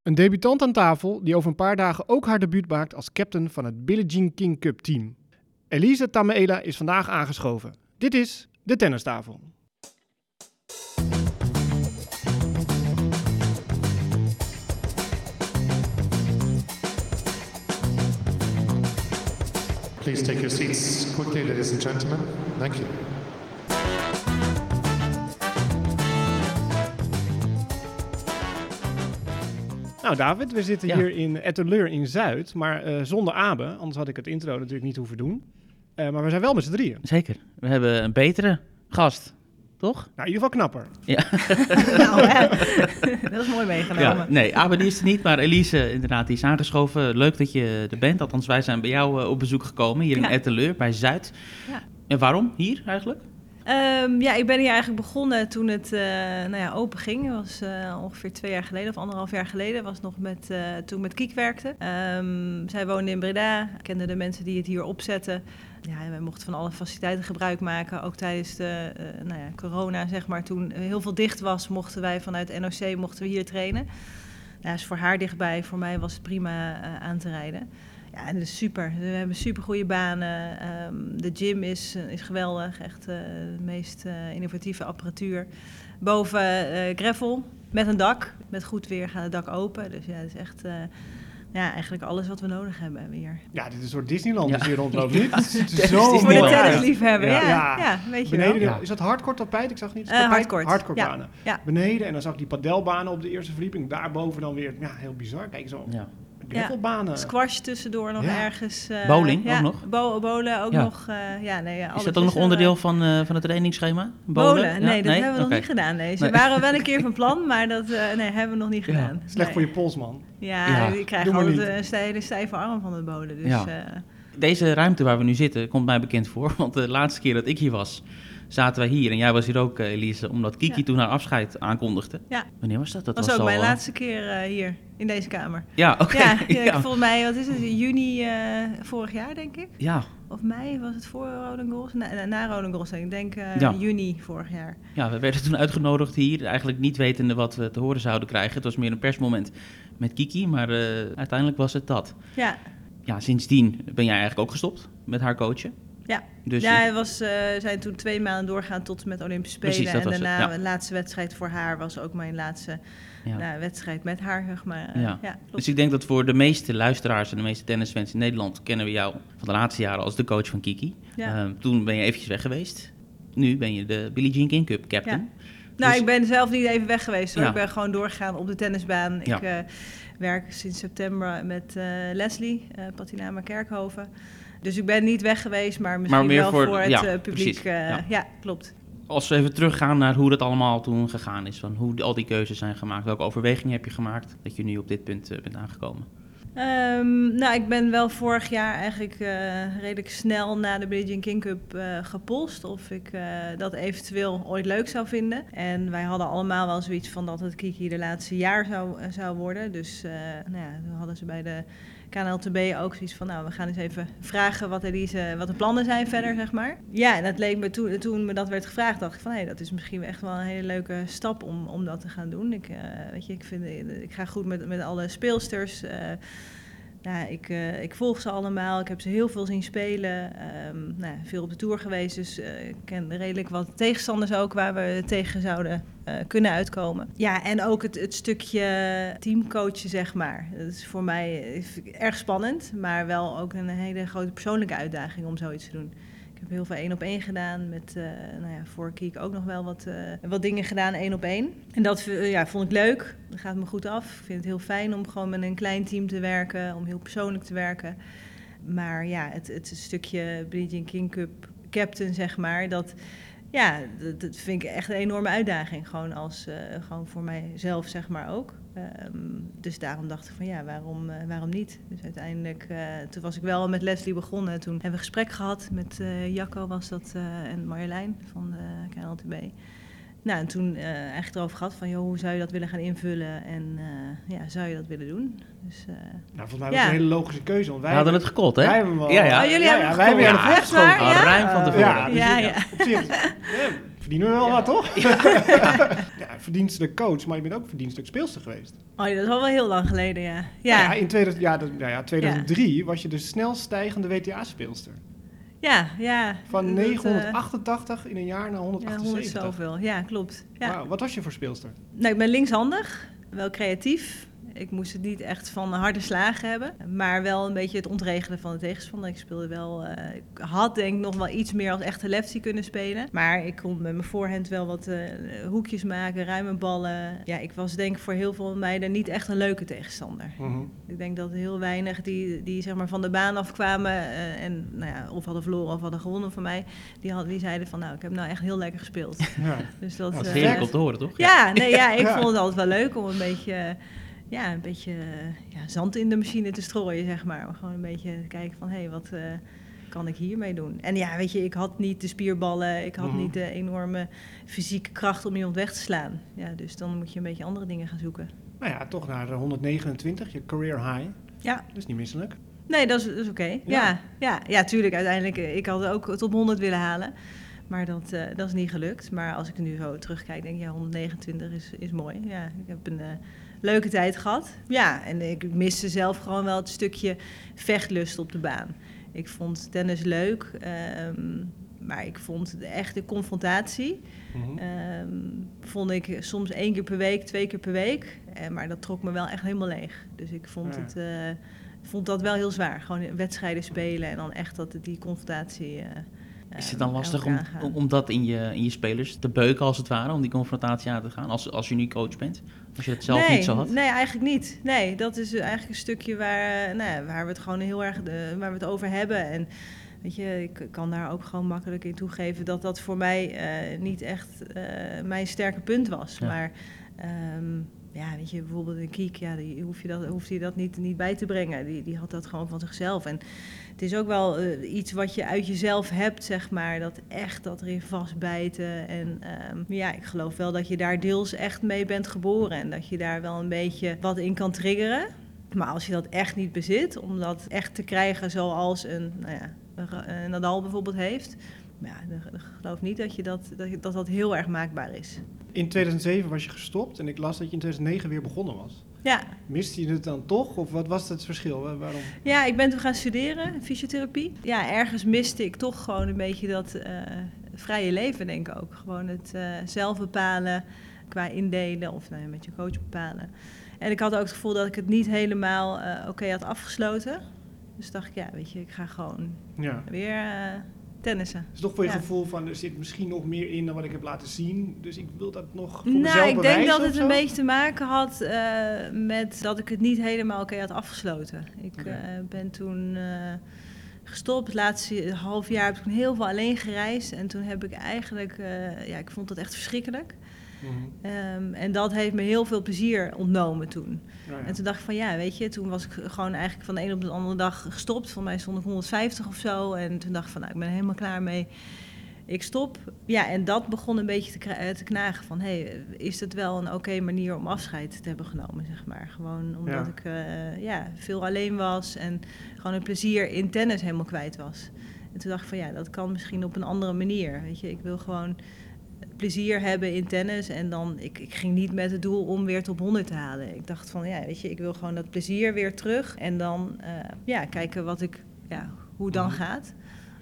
Een debutant aan tafel die over een paar dagen ook haar debuut maakt als captain van het Billie Jean King Cup team. Elise Tameela is vandaag aangeschoven. Dit is de tennistafel. Please take your seats quickly, ladies and gentlemen. Thank you. Nou David, we zitten hier in Etteleur in Zuid, maar zonder Abe. Anders had ik het intro natuurlijk niet hoeven doen. Maar we zijn wel met z'n drieën. Zeker. We hebben een betere gast, toch? Nou, in ieder geval knapper. Ja. Nou, hè. Dat is mooi meegenomen. Ja, nee, Abe die is er niet, maar Elise inderdaad, die is aangeschoven. Leuk dat je er bent. Althans, wij zijn bij jou op bezoek gekomen, hier in Etteleur, bij Zuid. Ja. En waarom hier eigenlijk? Ik ben hier eigenlijk begonnen toen het open ging. Dat was ongeveer 2 jaar geleden of 1,5 jaar geleden. Was nog toen ik met Kiek werkte. Zij woonde in Breda, kende de mensen die het hier opzetten. Ja, en wij mochten van alle faciliteiten gebruik maken. Ook tijdens de corona, zeg maar. Toen heel veel dicht was, mochten wij vanuit NOC hier trainen. Ja, is voor haar dichtbij. Voor mij was het prima aan te rijden. Ja, en dat is super. We hebben super goede banen. De gym is geweldig. Echt de meest innovatieve apparatuur. Boven gravel met een dak. Met goed weer gaat het dak open. Dus ja, het is echt eigenlijk alles wat we nodig hebben hier. Ja, dit is een soort Disneyland als je rondloopt, niet? Het is zo voor de tennisliefhebber. Ja, weet je beneden, wel. Is dat hardcourt tapijt? Ik zag niet. Hardcourtbanen. Ja. Beneden en dan zag ik die padelbanen op de eerste verdieping. Daarboven dan weer, heel bizar. Kijk zo. Ja. Gravelbanen. Squash tussendoor nog ergens. Bowling ook nog? Bowlen ook nog. Is dat ook nog onderdeel van het trainingsschema? Bowlen? Nee, dat hebben we nog niet gedaan. Nee. Ze waren wel een keer van plan, maar dat hebben we nog niet gedaan. Slecht voor je pols, man. Ja, je krijgt altijd een hele stijve arm van het bowlen. Dus, Deze ruimte waar we nu zitten komt mij bekend voor. Want de laatste keer dat ik hier was, zaten wij hier. En jij was hier ook, Elise, omdat Kiki toen haar afscheid aankondigde. Ja. Wanneer was dat? Dat was ook mijn laatste keer hier in deze kamer. Ja, oké. Volgens mij, wat is het, juni vorig jaar, denk ik. Ja. Of mei, was het voor Roland Garros? Na Roland Garros, ik denk juni vorig jaar. Ja, we werden toen uitgenodigd hier, eigenlijk niet wetende wat we te horen zouden krijgen. Het was meer een persmoment met Kiki, maar uiteindelijk was het dat. Ja. Ja, sindsdien ben jij eigenlijk ook gestopt met haar coachen. Ja, dus zijn toen 2 maanden doorgaan tot en met Olympische Spelen. Precies, en daarna de laatste wedstrijd voor haar was ook mijn laatste wedstrijd met haar, zeg maar. Dus ik denk dat voor de meeste luisteraars en de meeste tennisfans in Nederland kennen we jou van de laatste jaren als de coach van Kiki. Ja. Toen ben je eventjes weg geweest. Nu ben je de Billie Jean King Cup captain. Ja. Nou, ik ben zelf niet even weg geweest. Hoor. Ik ben gewoon doorgegaan op de tennisbaan. Ja. Ik werk sinds september met Leslie, Patinama Kerkhoven. Dus ik ben niet weg geweest, maar misschien wel voor het publiek. Ja, klopt. Als we even teruggaan naar hoe dat allemaal toen gegaan is, van hoe al die keuzes zijn gemaakt, welke overwegingen heb je gemaakt dat je nu op dit punt bent aangekomen? Ik ben wel vorig jaar eigenlijk redelijk snel na de Billie Jean King Cup gepolst of ik dat eventueel ooit leuk zou vinden. En wij hadden allemaal wel zoiets van dat het Kiki de laatste jaar zou worden. Dus toen hadden ze bij de KNLTB ook zoiets van, we gaan eens even vragen wat de plannen zijn verder, zeg maar. Ja, en dat leek me toen me dat werd gevraagd, dacht ik van, dat is misschien echt wel een hele leuke stap om dat te gaan doen. Ik ga goed met alle speelsters. Ik volg ze allemaal. Ik heb ze heel veel zien spelen. Veel op de tour geweest. Dus ik ken redelijk wat tegenstanders ook waar we tegen zouden kunnen uitkomen. Ja, en ook het stukje teamcoachen, zeg maar. Dat is voor mij erg spannend. Maar wel ook een hele grote persoonlijke uitdaging om zoiets te doen. Ik heb heel veel 1-op-1 gedaan. Met voor Kiek ook nog wel wat dingen gedaan 1-op-1. En dat vond ik leuk. Dat gaat me goed af. Ik vind het heel fijn om gewoon met een klein team te werken. Om heel persoonlijk te werken. Maar het stukje Billie Jean King Cup captain, zeg maar. Dat vind ik echt een enorme uitdaging. Gewoon voor mijzelf, zeg maar ook. Dus daarom dacht ik van waarom niet? Dus uiteindelijk, toen was ik wel met Leslie begonnen. Toen hebben we een gesprek gehad met Jacco was dat en Marjolein van de KNLTB. Nou, en toen eigenlijk erover gehad van, hoe zou je dat willen gaan invullen en zou je dat willen doen? Dus, volgens mij was het een hele logische keuze. Want wij hadden het gecallt, hè? Wij hebben hem al. Jullie hebben het wij hebben er voor geschoven. Ruim van tevoren. Op zich, verdienen we wel wat, toch? verdienstelijk coach, maar je bent ook verdienstelijk speelster geweest. Oh, dat is al wel heel lang geleden, ja. Ja, in 2003 was je de snelst stijgende WTA-speelster. Ja. Van 988 in een jaar naar 178. Ja, 100 zoveel. Ja, klopt. Ja. Wow, wat was je voor speelster? Nou, ik ben linkshandig, wel creatief. Ik moest het niet echt van harde slagen hebben, maar wel een beetje het ontregelen van de tegenstander. Ik speelde wel, ik had denk ik nog wel iets meer als echte lefty kunnen spelen. Maar ik kon met mijn voorhand wel wat hoekjes maken, ruime ballen. Ja, ik was denk ik voor heel veel meiden niet echt een leuke tegenstander. Mm-hmm. Ik denk dat heel weinig die zeg maar van de baan afkwamen en nou ja, of hadden verloren of hadden gewonnen van mij. Die zeiden van nou, ik heb nou echt heel lekker gespeeld. Ja. Dus dat is heerlijk om te horen, toch? Ja, ik vond het altijd wel leuk om een beetje zand in de machine te strooien, zeg maar. Om gewoon een beetje te kijken van, wat kan ik hiermee doen? En ja, weet je, ik had niet de spierballen, ik had niet de enorme fysieke kracht om iemand weg te slaan. Ja, dus dan moet je een beetje andere dingen gaan zoeken. Nou ja, toch naar 129, je career high. Ja. Dat is niet misselijk. Nee, dat is oké. Ja, tuurlijk, uiteindelijk, ik had ook top 100 willen halen. Maar dat is niet gelukt. Maar als ik nu zo terugkijk, denk ik, 129 is mooi. Ja, ik heb een leuke tijd gehad. Ja, en ik miste zelf gewoon wel het stukje vechtlust op de baan. Ik vond tennis leuk, maar ik vond de echte confrontatie... vond ik soms 1 keer per week, 2 keer per week. Maar dat trok me wel echt helemaal leeg. Dus ik vond dat wel heel zwaar. Gewoon wedstrijden spelen en dan echt die confrontatie... Is het dan lastig om dat in je spelers te beuken als het ware, om die confrontatie aan te gaan, als je nu coach bent? Als je het zelf niet zo had? Nee, eigenlijk niet. Nee, dat is eigenlijk een stukje waar we het gewoon heel erg waar we het over hebben. En weet je, ik kan daar ook gewoon makkelijk in toegeven dat voor mij niet echt mijn sterke punt was. Ja. Maar weet je, bijvoorbeeld een Kiek, hoeft hij dat niet bij te brengen. Die had dat gewoon van zichzelf. En het is ook wel iets wat je uit jezelf hebt, zeg maar, dat erin vastbijten. En ik geloof wel dat je daar deels echt mee bent geboren en dat je daar wel een beetje wat in kan triggeren. Maar als je dat echt niet bezit, om dat echt te krijgen zoals een Nadal bijvoorbeeld heeft, dan geloof ik niet dat heel erg maakbaar is. In 2007 was je gestopt en ik las dat je in 2009 weer begonnen was. Ja. Miste je het dan toch? Of wat was het verschil? Waarom? Ja, ik ben toen gaan studeren, fysiotherapie. Ja, ergens miste ik toch gewoon een beetje dat vrije leven, denk ik ook. Gewoon het zelf bepalen qua indelen of met je coach bepalen. En ik had ook het gevoel dat ik het niet helemaal oké had afgesloten. Dus dacht ik, weet je, ik ga gewoon weer... tennissen. Het is toch voor je gevoel van, er zit misschien nog meer in dan wat ik heb laten zien. Dus ik wil dat nog voor mezelf bewijzen. Ik denk dat het een beetje te maken had met dat ik het niet helemaal oké had afgesloten. Ik ben toen gestopt. Het laatste half jaar heb ik heel veel alleen gereisd. En toen heb ik eigenlijk, ik vond dat echt verschrikkelijk. Mm-hmm. En dat heeft me heel veel plezier ontnomen toen. Ja. En toen dacht ik van weet je, toen was ik gewoon eigenlijk van de een op de andere dag gestopt. Voor mij stond ik 150 of zo. En toen dacht ik van ik ben er helemaal klaar mee. Ik stop. Ja, en dat begon een beetje te knagen van is het wel een oké manier om afscheid te hebben genomen, zeg maar. Gewoon omdat ik veel alleen was en gewoon het plezier in tennis helemaal kwijt was. En toen dacht ik van dat kan misschien op een andere manier. Weet je, ik wil gewoon plezier hebben in tennis en dan, ik ging niet met het doel om weer top 100 te halen. Ik dacht van, weet je, ik wil gewoon dat plezier weer terug en dan, kijken hoe het dan gaat.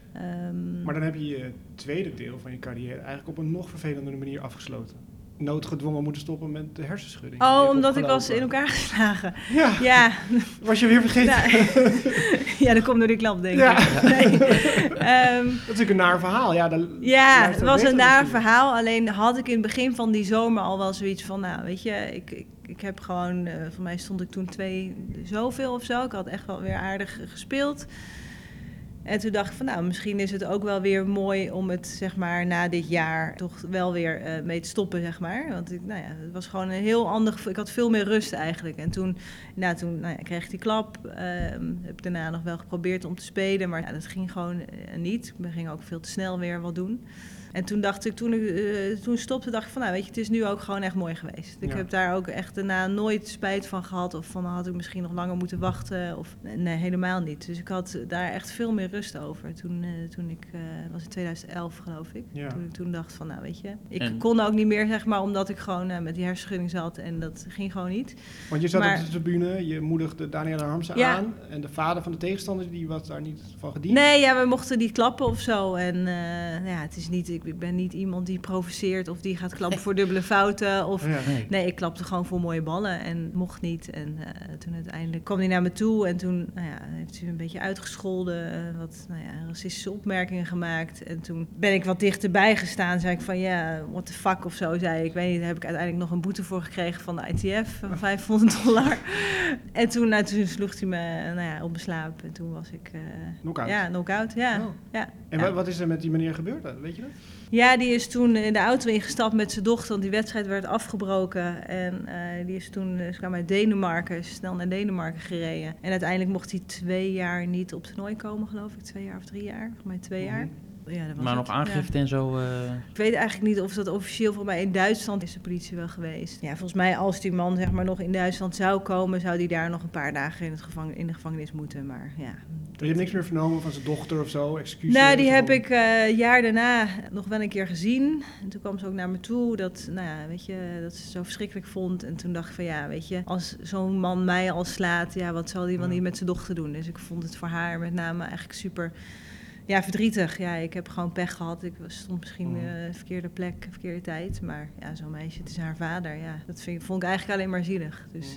Maar dan heb je je tweede deel van je carrière eigenlijk op een nog vervelendere manier afgesloten. Noodgedwongen moeten stoppen met de hersenschudding. Oh, omdat ik was in elkaar geslagen. Ja. Was je weer vergeten? Dat komt door die klap, denk ik. Nee. Dat is natuurlijk een naar verhaal. Het was een naar verhaal. Alleen had ik in het begin van die zomer al wel zoiets van, weet je, ik heb gewoon, voor mij stond ik toen 2 zoveel of zo. Ik had echt wel weer aardig gespeeld. En toen dacht ik van, misschien is het ook wel weer mooi om het, zeg maar, na dit jaar toch wel weer mee te stoppen, zeg maar. Want het was gewoon een heel ander... Ik had veel meer rust eigenlijk. En toen kreeg ik die klap. Heb ik daarna nog wel geprobeerd om te spelen, maar dat ging gewoon niet. We gingen ook veel te snel weer wat doen. En toen dacht ik, toen stopte, dacht ik van, weet je, het is nu ook gewoon echt mooi geweest. Ik heb daar ook echt daarna nooit spijt van gehad. Of van, had ik misschien nog langer moeten wachten. Of nee, helemaal niet. Dus ik had daar echt veel meer rust over. Toen ik, was in 2011 geloof ik. Ja. Toen ik toen dacht van, nou weet je, ik kon ook niet meer, zeg maar, omdat ik gewoon met die hersenschudding zat en dat ging gewoon niet. Want je zat op de tribune, je moedigde Daniëlle Harmsen aan en de vader van de tegenstander, die was daar niet van gediend? Nee, ja, we mochten niet klappen of zo. En het is niet, ik ben niet iemand die provoceert of die gaat klappen voor dubbele fouten. Of, nee, ik klapte gewoon voor mooie ballen en mocht niet. En toen uiteindelijk kwam hij naar me toe en toen heeft hij een beetje uitgescholden, wat racistische opmerkingen gemaakt. En toen ben ik wat dichterbij gestaan, zei ik van what the fuck of zo, zei ik. Ik weet niet, daar heb ik uiteindelijk nog een boete voor gekregen van de ITF van $500. En toen sloeg hij me op mijn slaap en toen was ik... knock-out? Ja, knock-out, ja. Oh. Ja. En wat is er met die meneer gebeurd? Weet je dat? Ja, die is toen in de auto ingestapt met zijn dochter, want die wedstrijd werd afgebroken. En die is toen, ze kwam uit Denemarken, snel naar Denemarken gereden. En uiteindelijk mocht hij 2 jaar niet op toernooi komen, geloof ik. 2 jaar of 3 jaar, volgens mij 2 jaar. Ja, dat was maar nog aangifte en zo? Ik weet eigenlijk niet of dat officieel, voor mij in Duitsland is de politie wel geweest. Ja, volgens mij als die man zeg maar nog in Duitsland zou komen, zou die daar nog een paar dagen in de gevangenis moeten. Maar ja. Je hebt niks meer vernomen van zijn dochter of zo? Excuses? Nou, die heb ik jaar daarna nog wel een keer gezien. En toen kwam ze ook naar me toe dat ze het zo verschrikkelijk vond. En toen dacht ik van weet je, als zo'n man mij al slaat, wat zal die wel niet met zijn dochter doen? Dus ik vond het voor haar met name eigenlijk super... Ja, verdrietig. Ja, ik heb gewoon pech gehad. Ik stond misschien verkeerde plek, verkeerde tijd. Maar zo'n meisje, het is haar vader. Ja, dat vond ik eigenlijk alleen maar zielig. Dus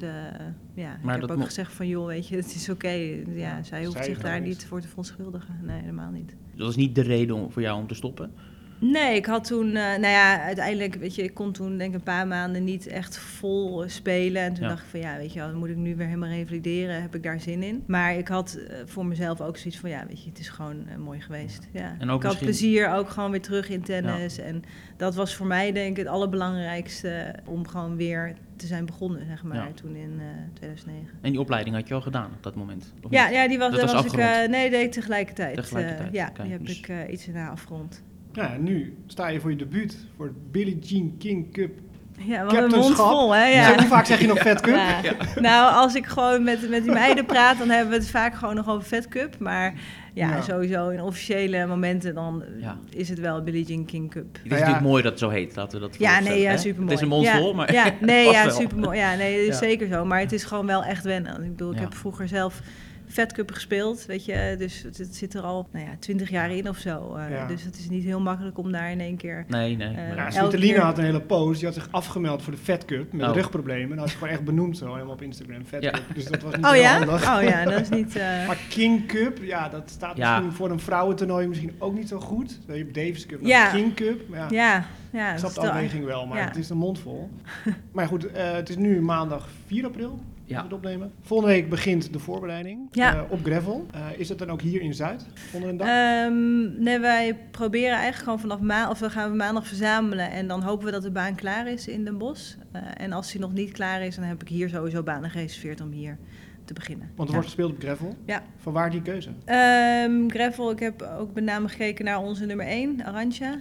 maar ik heb ook gezegd van, joh, weet je, het is oké. Ja, zij hoeft zich daar niet voor te verontschuldigen. Nee, helemaal niet. Dat was niet de reden voor jou om te stoppen? Nee, ik had toen, uiteindelijk, weet je, ik kon toen denk ik een paar maanden niet echt vol spelen. En toen dacht ik van, weet je wel, dan moet ik nu weer helemaal revalideren. Heb ik daar zin in? Maar ik had voor mezelf ook zoiets van, weet je, het is gewoon mooi geweest. Ja. En ook ik had plezier ook gewoon weer terug in tennis. Ja. En dat was voor mij denk ik het allerbelangrijkste om gewoon weer te zijn begonnen, zeg maar, toen in 2009. En die opleiding had je al gedaan op dat moment? Ja, die was afgerond? ik deed tegelijkertijd. Tegelijkertijd? Die heb ik iets erna afgerond. Ja, nu sta je voor je debuut voor het Billie Jean King Cup. Ja, wat een mond vol, hè? Ja. Hoe vaak zeg je nog Fed Cup? Ja. Nou, als ik gewoon met die meiden praat, dan hebben we het vaak gewoon nog over Fed Cup. Maar sowieso in officiële momenten, dan is het wel Billie Jean King Cup. Het is natuurlijk mooi dat het zo heet, laten we dat supermooi. Het is een mond vol, maar supermooi. Ja, nee, dat is zeker zo. Maar het is gewoon wel echt wennen. Ik bedoel, ik heb vroeger zelf Fed Cup gespeeld, weet je, dus het zit er al 20 jaar in of zo. Dus het is niet heel makkelijk om daar in één keer... Nee. Svitolina had een hele post, die had zich afgemeld voor de Fed Cup met rugproblemen. En dat had ze gewoon echt benoemd zo, helemaal op Instagram, Fed Cup. Dus dat was niet heel handig. Oh ja, dat is niet... Maar King Cup, dat staat misschien voor een vrouwentoernooi misschien ook niet zo goed. Je hebt Davis Cup, King Cup. Ja, ik snap de afweging wel, maar het is een mond vol. Maar goed, het is nu maandag 4 april. Het opnemen. Volgende week begint de voorbereiding op gravel. Is het dan ook hier in Zuid onder een dag? Nee, wij proberen eigenlijk gewoon we gaan maandag verzamelen en dan hopen we dat de baan klaar is in Den Bosch. En als die nog niet klaar is, dan heb ik hier sowieso banen gereserveerd om hier te beginnen. Want er wordt gespeeld op gravel? Ja. Vanwaar die keuze? Gravel, ik heb ook met name gekeken naar onze nummer 1, Arantxa.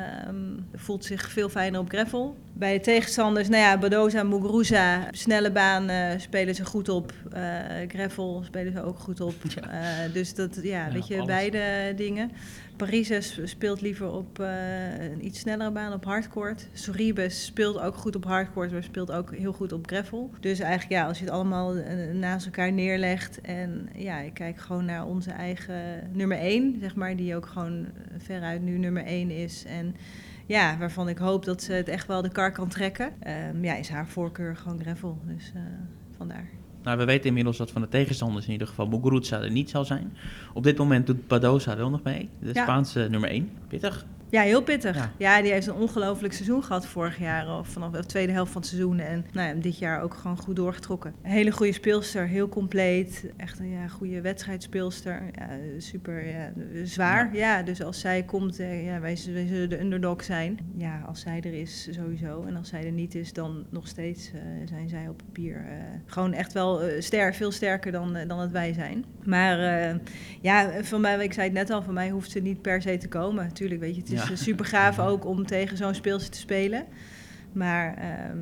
Voelt zich veel fijner op gravel. Bij de tegenstanders, Badosa, Muguruza, snelle baan spelen ze goed op. Gravel spelen ze ook goed op. Dus dat, weet je, alles. Beide dingen. Paris speelt liever op een iets snellere baan, op hardcourt. Sorribes speelt ook goed op hardcourt, maar speelt ook heel goed op gravel. Dus eigenlijk, als je het allemaal naast elkaar neerlegt en ik kijk gewoon naar onze eigen nummer 1, zeg maar, die ook gewoon veruit nu nummer 1 is. En waarvan ik hoop dat ze het echt wel de kar kan trekken. Is haar voorkeur gewoon gravel, dus vandaar. Nou, we weten inmiddels dat van de tegenstanders in ieder geval Muguruza er niet zal zijn. Op dit moment doet Badosa wel nog mee, de Spaanse nummer 1. Pittig. Ja, heel pittig. Ja, die heeft een ongelooflijk seizoen gehad vorig jaar, of vanaf de tweede helft van het seizoen. En dit jaar ook gewoon goed doorgetrokken. Een hele goede speelster, heel compleet. Echt een goede wedstrijdspeelster. Ja, super zwaar. Ja, dus als zij komt, wij zullen de underdog zijn. Ja, als zij er is, sowieso. En als zij er niet is, dan nog steeds zijn zij op papier gewoon echt wel veel sterker dan dat wij zijn. Maar van mij, ik zei het net al, van mij hoeft ze niet per se te komen. Tuurlijk, weet je, het is super gaaf ook om tegen zo'n speelster te spelen. Maar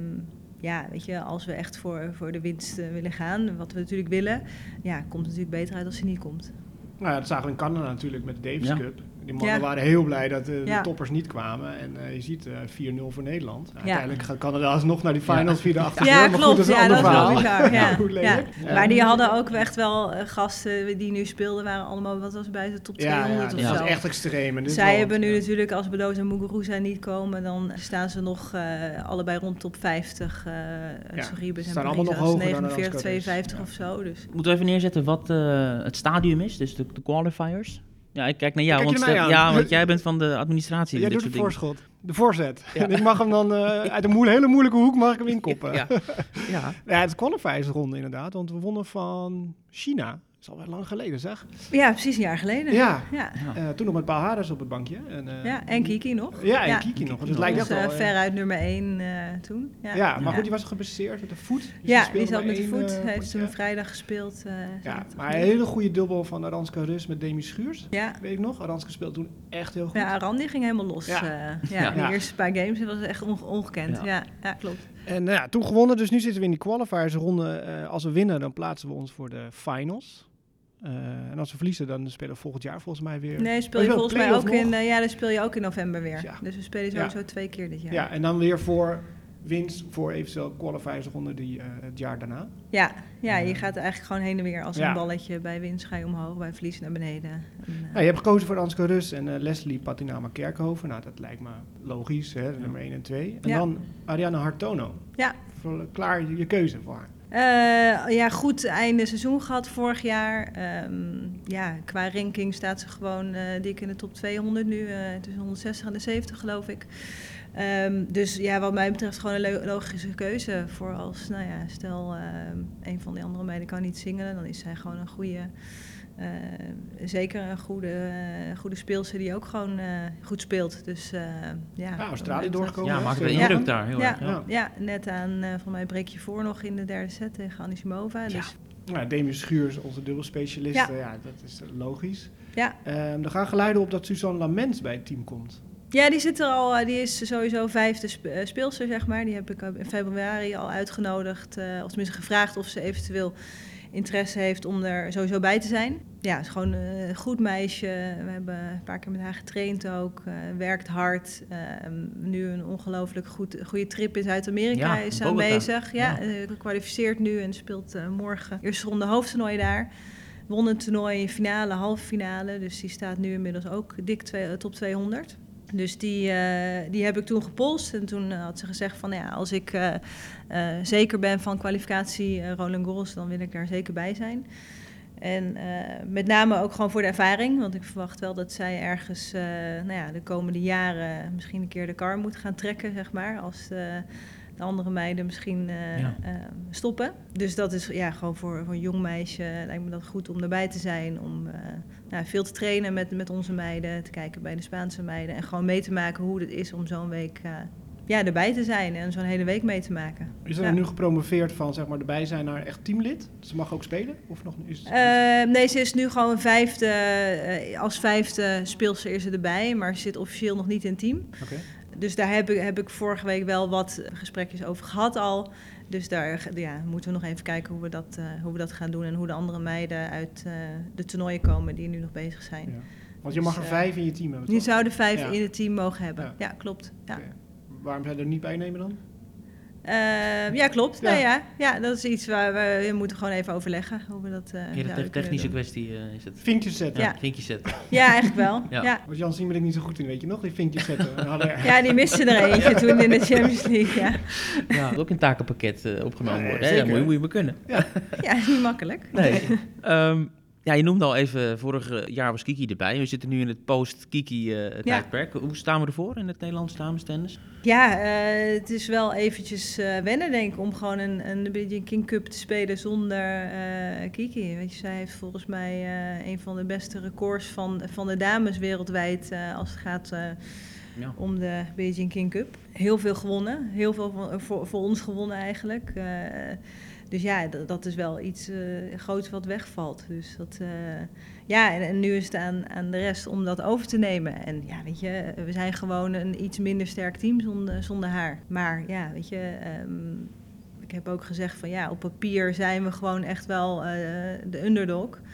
weet je, als we echt voor de winst willen gaan, wat we natuurlijk willen, komt het natuurlijk beter uit als ze niet komt. Nou ja, dat zagen we in Canada natuurlijk met de Davis Cup. Die mannen waren heel blij dat de toppers niet kwamen. En je ziet 4-0 voor Nederland. Uiteindelijk gaat Canada alsnog naar die finals via de achterdeur. Ja, klopt. Dat is een ander verhaal. Ja. Maar die hadden ook echt wel gasten die nu speelden, waren allemaal, wat was bij de top 200 of zo. Dat is echt extreem. Zij hebben nu natuurlijk, als Badosa en Muguruza niet komen, dan staan ze nog allebei rond top 50. Sorribes en Badosa 49, 52 of zo. Dus. Moeten we even neerzetten wat het stadium is, dus de qualifiers? Ja, ik kijk naar jou, want jij bent van de administratie. Jij doet het voorschot, de voorzet. Ja. En ik mag hem dan uit een hele moeilijke hoek mag ik hem inkoppen. Ja, het qualifiersronde inderdaad, want we wonnen van China. Dat is alweer lang geleden, zeg. Ja, precies een jaar geleden. Ja. Toen nog met Paul Hares op het bankje. En Kiki nog. Ja, en Kiki nog. Dus het lijkt echt wel... veruit nummer 1 toen. Maar goed, die was geblesseerd met de voet. Dus die zat met de voet. Heeft toen vrijdag gespeeld. Maar een hele goede dubbel van Aranska Rus met Demi Schuurs. Ja. Weet ik nog. Aranska speelde toen echt heel goed. Ja, Aran die ging helemaal los. De eerste paar games was echt ongekend. Ja, klopt. En toen gewonnen. Dus nu zitten we in die qualifiersronde. Als we winnen, dan plaatsen we ons voor de finals. En als we verliezen, dan spelen we volgend jaar volgens mij weer... Nee, speel je volgens mij ook dan speel je ook in november weer. Ja. Dus we spelen sowieso 2 keer dit jaar. Ja, en dan weer voor winst voor eventueel qualifiersronde het jaar daarna. Ja, je gaat eigenlijk gewoon heen en weer als een balletje. Bij winst ga je omhoog, bij verlies naar beneden. Je hebt gekozen voor Aranska Rus en Leslie Patinama Kerkhoven. Nou, dat lijkt me logisch, hè, nummer 1 en 2. En dan Ariane Hartono. Ja. Klaar je keuze voor haar. Goed einde seizoen gehad vorig jaar. Qua ranking staat ze gewoon dik in de top 200 nu. Tussen 160 en de 70 geloof ik. Dus wat mij betreft gewoon een logische keuze. Voor als, stel een van de andere meiden kan niet zingen, dan is zij gewoon een goede... zeker een goede speelster die ook gewoon goed speelt. Dus Australië doorgekomen. Ja, maakt wel indruk daar heel erg. Ja, net aan, van mij breek je voor nog in de derde set tegen Anisimova. Dus. Demi Schuurs, onze dubbelspecialist, dat is logisch. Ja. Er gaan geluiden op dat Suzanne Lamens bij het team komt. Ja, die zit er al. Die is sowieso 5e speelster, zeg maar. Die heb ik in februari al uitgenodigd, of tenminste gevraagd of ze eventueel interesse heeft om er sowieso bij te zijn. Ja, het is gewoon een goed meisje. We hebben een paar keer met haar getraind ook. Werkt hard. Nu een ongelooflijk goede trip in Zuid-Amerika is ze bezig. Gekwalificeerd nu en speelt morgen eerste ronde hoofdtoernooi daar. Won een toernooi, finale, halve finale. Dus die staat nu inmiddels ook dik top 200. Dus die heb ik toen gepolst. En toen had ze gezegd van als ik zeker ben van kwalificatie Roland Garros, dan wil ik daar zeker bij zijn. En met name ook gewoon voor de ervaring. Want ik verwacht wel dat zij ergens de komende jaren misschien een keer de kar moet gaan trekken, zeg maar. Als de andere meiden misschien stoppen. Dus dat is gewoon voor een jong meisje lijkt me dat goed om erbij te zijn. Om veel te trainen met onze meiden. Te kijken bij de Spaanse meiden. En gewoon mee te maken hoe het is om zo'n week erbij te zijn. En zo'n hele week mee te maken. Is er nu gepromoveerd van zeg maar erbij zijn naar echt teamlid? Ze mag ook spelen? Of nog is nee, ze is nu gewoon als 5e speelster is ze erbij. Maar ze zit officieel nog niet in het team. Okay. Dus daar heb ik vorige week wel wat gesprekjes over gehad al. Dus daar moeten we nog even kijken hoe we dat gaan doen. En hoe de andere meiden uit de toernooien komen die nu nog bezig zijn. Ja. Want je mag er 5 in je team hebben, toch? Je zou er 5 in het team mogen hebben. Ja, klopt. Ja. Okay. Waarom zou je er niet bij nemen dan? Klopt. Ja. Nee, dat is iets waar we moeten gewoon even overleggen. Hoe we dat de technische kwestie is het. Vinkjes zetten. Ja, vinkjes zetten. Ja, eigenlijk wel. Ja. Want Jan zien ben ik niet zo goed in, weet je nog? Die vinkjes zetten. Die miste er eentje toen in de Champions League. Ja, dat ook in takenpakket opgenomen worden. Dat moet je maar kunnen. Ja, niet makkelijk. Nee. Je noemde al even, vorig jaar was Kiki erbij. We zitten nu in het post-Kiki-tijdperk. Hoe staan we ervoor in het Nederlands damestennis? Ja, het is wel eventjes wennen, denk ik, om gewoon een beetje King Cup te spelen zonder Kiki. Weet je, zij heeft volgens mij een van de beste records van de dames wereldwijd als het gaat om de Beijing King Cup. Heel veel gewonnen, heel veel voor ons gewonnen eigenlijk. Dus dat is wel iets groots wat wegvalt. Dus dat, en nu is het aan de rest om dat over te nemen. En weet je, we zijn gewoon een iets minder sterk team zonder haar. Maar weet je, ik heb ook gezegd van op papier zijn we gewoon echt wel de underdog.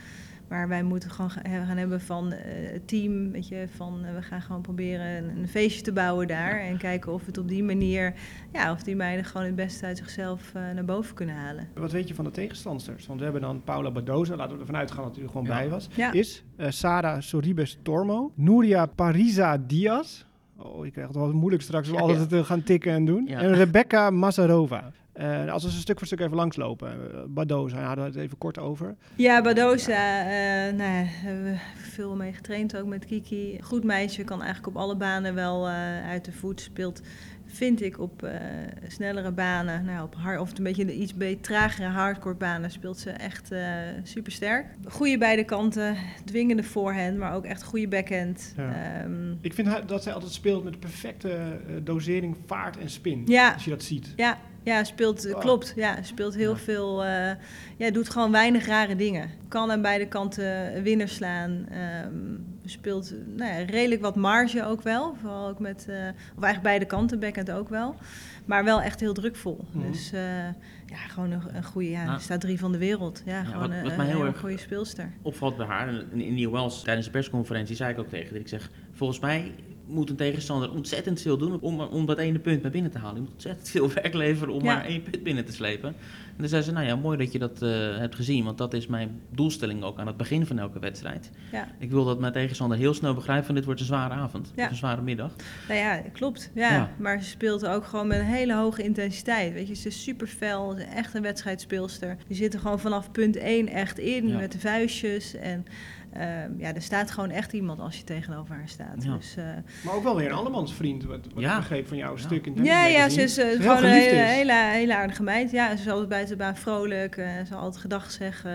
Maar wij moeten gewoon gaan hebben van het team, weet je, van we gaan gewoon proberen een feestje te bouwen daar. En kijken of het op die manier, of die meiden gewoon het beste uit zichzelf naar boven kunnen halen. Wat weet je van de tegenstanders? Want we hebben dan Paula Badoza, laten we ervan uitgaan dat u er gewoon bij was. Ja. Is Sara Sorribes Tormo, Núria Parisa Diaz. Oh, ik krijg het wel moeilijk straks om alles te gaan tikken en doen. Ja. En Rebecca Mazarova. Als we een stuk voor stuk even langslopen. Badoza, daar hadden we het even kort over. Ja, Badoza, hebben we veel mee getraind, ook met Kiki. Goed meisje, kan eigenlijk op alle banen wel uit de voet. Speelt, vind ik, op snellere banen. Of een beetje de iets tragere hardcore banen speelt ze echt supersterk. Goede beide kanten, dwingende voorhand, maar ook echt goede backhand. Ja. Ik vind dat zij altijd speelt met de perfecte dosering vaart en spin. Als je dat ziet. Ja, klopt. Ja, speelt heel veel. Doet gewoon weinig rare dingen. Kan aan beide kanten winners slaan. Speelt redelijk wat marge ook wel. Vooral ook met, of eigenlijk beide kanten, backhand ook wel. Maar wel echt heel drukvol. Mm-hmm. Dus gewoon een goede, er staat 3 van de wereld. Ja, gewoon wat mij heel erg goede speelster. Opvalt bij haar, in Indian Wells tijdens de persconferentie zei ik ook tegen haar. Ik zeg, volgens mij moet een tegenstander ontzettend veel doen om dat ene punt naar binnen te halen. Je moet ontzettend veel werk leveren om maar 1 punt binnen te slepen. En toen zei ze, mooi dat je dat hebt gezien, want dat is mijn doelstelling ook aan het begin van elke wedstrijd. Ja. Ik wil dat mijn tegenstander heel snel begrijpt van dit wordt een zware avond, of een zware middag. Nou ja, klopt. Ja. Maar ze speelt ook gewoon met een hele hoge intensiteit. Weet je, ze is super fel, ze is echt een wedstrijdspeelster. Die zit er gewoon vanaf punt 1 echt in, met de vuistjes en... er staat gewoon echt iemand als je tegenover haar staat. Ja. Dus, maar ook wel weer een andermansvriend, wat ik begreep van jouw stuk in ze is gewoon een hele aardige meid. Ja, ze is altijd buiten de baan vrolijk. Ze zal altijd gedag zeggen.